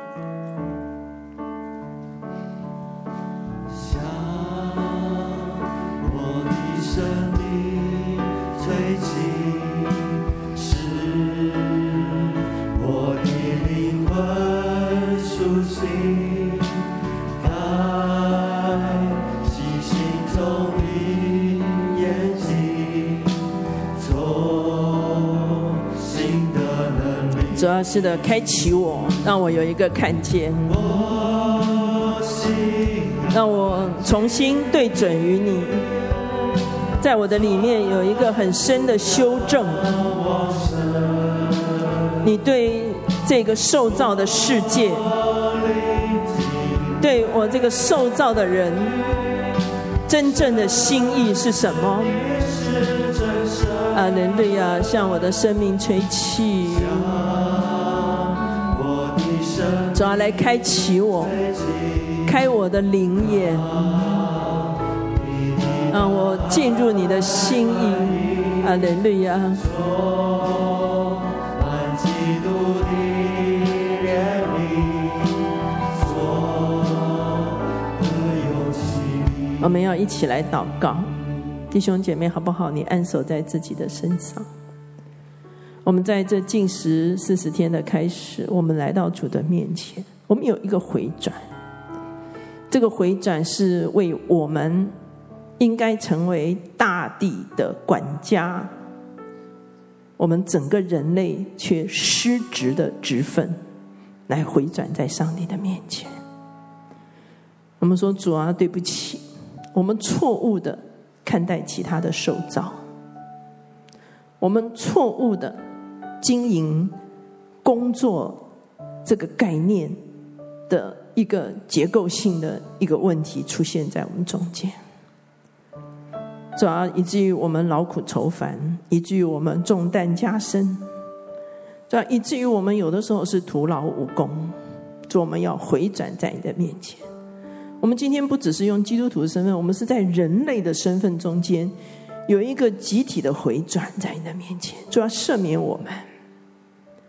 向我的生命最近，是我的灵魂苏醒，开启心中的眼睛，从新的能力。 主要是的，开启我，让我有一个看见，让我重新对准于你，在我的里面有一个很深的修正。你对这个受造的世界，对我这个受造的人，真正的心意是什么？哈利路亚，向我的生命吹气，主要来开启我，开我的灵眼，让我进入你的心意。哈利路亚。我们要一起来祷告，弟兄姐妹好不好？你按手在自己的身上。我们在这禁食四十天的开始，我们来到主的面前，我们有一个回转。这个回转是为我们应该成为大地的管家，我们整个人类却失职的职分，来回转在上帝的面前。我们说，主啊，对不起，我们错误的看待其他的受造，我们错误的经营工作这个概念的一个结构性的一个问题出现在我们中间，主要以至于我们劳苦愁烦，以至于我们重担加深，主要以至于我们有的时候是徒劳无功。主，我们要回转在你的面前。我们今天不只是用基督徒的身份，我们是在人类的身份中间有一个集体的回转在你的面前。主要赦免我们，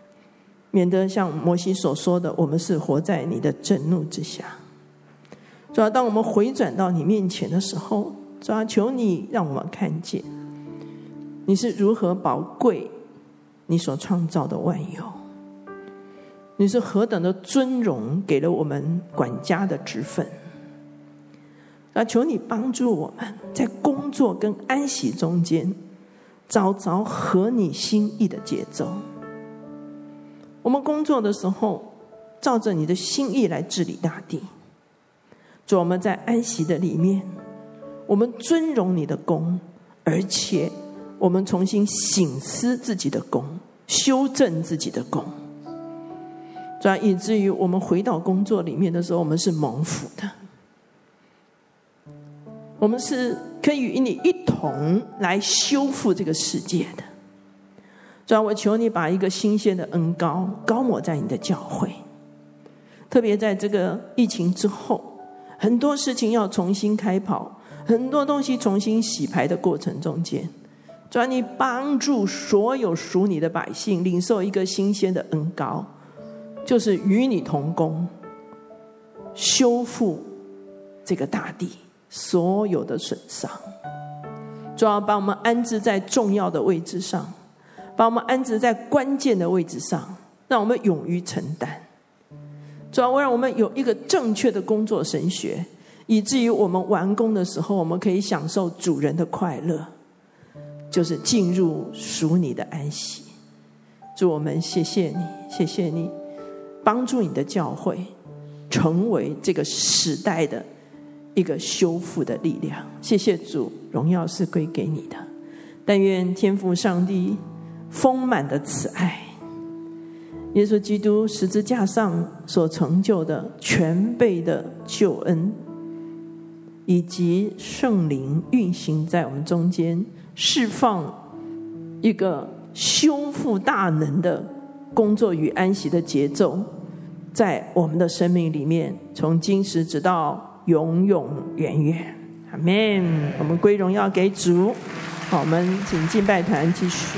免得像摩西所说的，我们是活在你的震怒之下。 主要当我们回转到你面前的时候，主要求你让我们看见你是如何宝贵你所创造的万有，你是何等的尊荣给了我们管家的职分。那求你帮助我们在工作跟安息中间找着合你心意的节奏。我们工作的时候照着你的心意来治理大地。主，我们在安息的里面，我们尊荣你的功，而且我们重新省思自己的功，修正自己的功，这样以至于我们回到工作里面的时候，我们是蒙福的，我们是可以与你一同来修复这个世界的。主啊，我求你把一个新鲜的恩膏膏抹在你的教会，特别在这个疫情之后，很多事情要重新开跑，很多东西重新洗牌的过程中间，主啊，你帮助所有属你的百姓领受一个新鲜的恩膏，就是与你同工，修复这个大地所有的损伤。主啊，把我们安置在重要的位置上，把我们安置在关键的位置上，让我们勇于承担。主啊，让我们有一个正确的工作神学，以至于我们完工的时候，我们可以享受主人的快乐，就是进入属你的安息。主，我们谢谢你，谢谢你帮助你的教会成为这个时代的一个修复的力量。谢谢主，荣耀是归给你的。但愿天父上帝丰满的慈爱，耶稣基督十字架上所成就的全备的救恩，以及圣灵运行在我们中间，释放一个修复大能的工作与安息的节奏，在我们的生命里面，从今时直到永永远远。阿们。我们归荣耀给主。好，我们请敬拜团继续。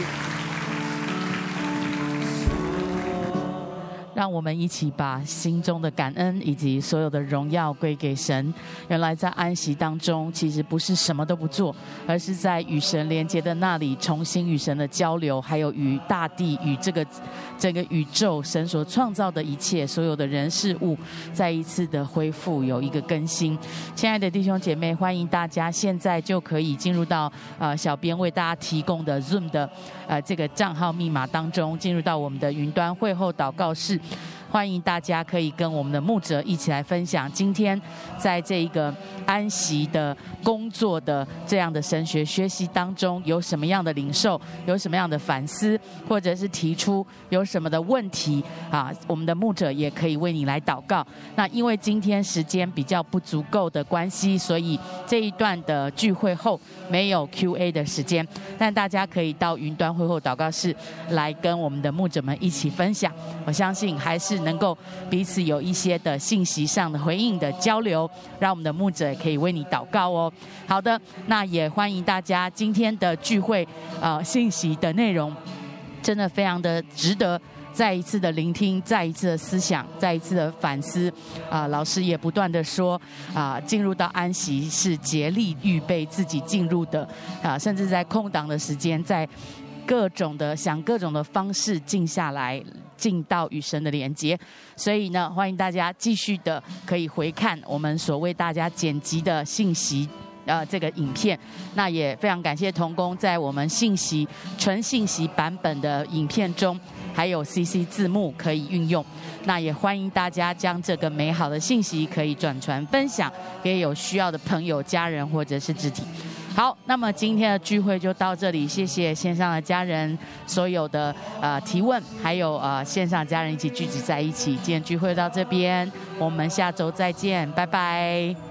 让我们一起把心中的感恩以及所有的荣耀归给神。原来在安息当中，其实不是什么都不做，而是在与神连接的那里，重新与神的交流，还有与大地、与这个整个宇宙神所创造的一切，所有的人事物，再一次的恢复，有一个更新。亲爱的弟兄姐妹，欢迎大家现在就可以进入到呃小编为大家提供的 Zoom 的呃这个账号密码当中，进入到我们的云端会后祷告室。欢迎大家可以跟我们的牧者一起来分享今天在这一个安息的工作的这样的神学学习当中有什么样的领受，有什么样的反思，或者是提出有什么的问题啊，我们的牧者也可以为你来祷告。那因为今天时间比较不足够的关系，所以这一段的聚会后没有 Q A 的时间，但大家可以到云端会后祷告室来跟我们的牧者们一起分享。我相信还是能够彼此有一些的信息上的回应的交流，让我们的牧者也可以为你祷告哦。好的，那也欢迎大家今天的聚会呃信息的内容真的非常的值得再一次的聆听，再一次的思想，再一次的反思啊、呃！老师也不断的说啊、呃，进入到安息是竭力预备自己进入的啊、呃，甚至在空档的时间，在各种的想各种的方式静下来，进到与神的连接。所以呢，欢迎大家继续的可以回看我们所为大家剪辑的信息呃，这个影片。那也非常感谢同工在我们信息纯信息版本的影片中还有 C C 字幕可以运用。那也欢迎大家将这个美好的信息可以转传分享给有需要的朋友、家人或者是肢体。好，那么今天的聚会就到这里，谢谢线上的家人所有的呃提问，还有呃线上家人一起聚集在一起。今天聚会到这边，我们下周再见，拜拜。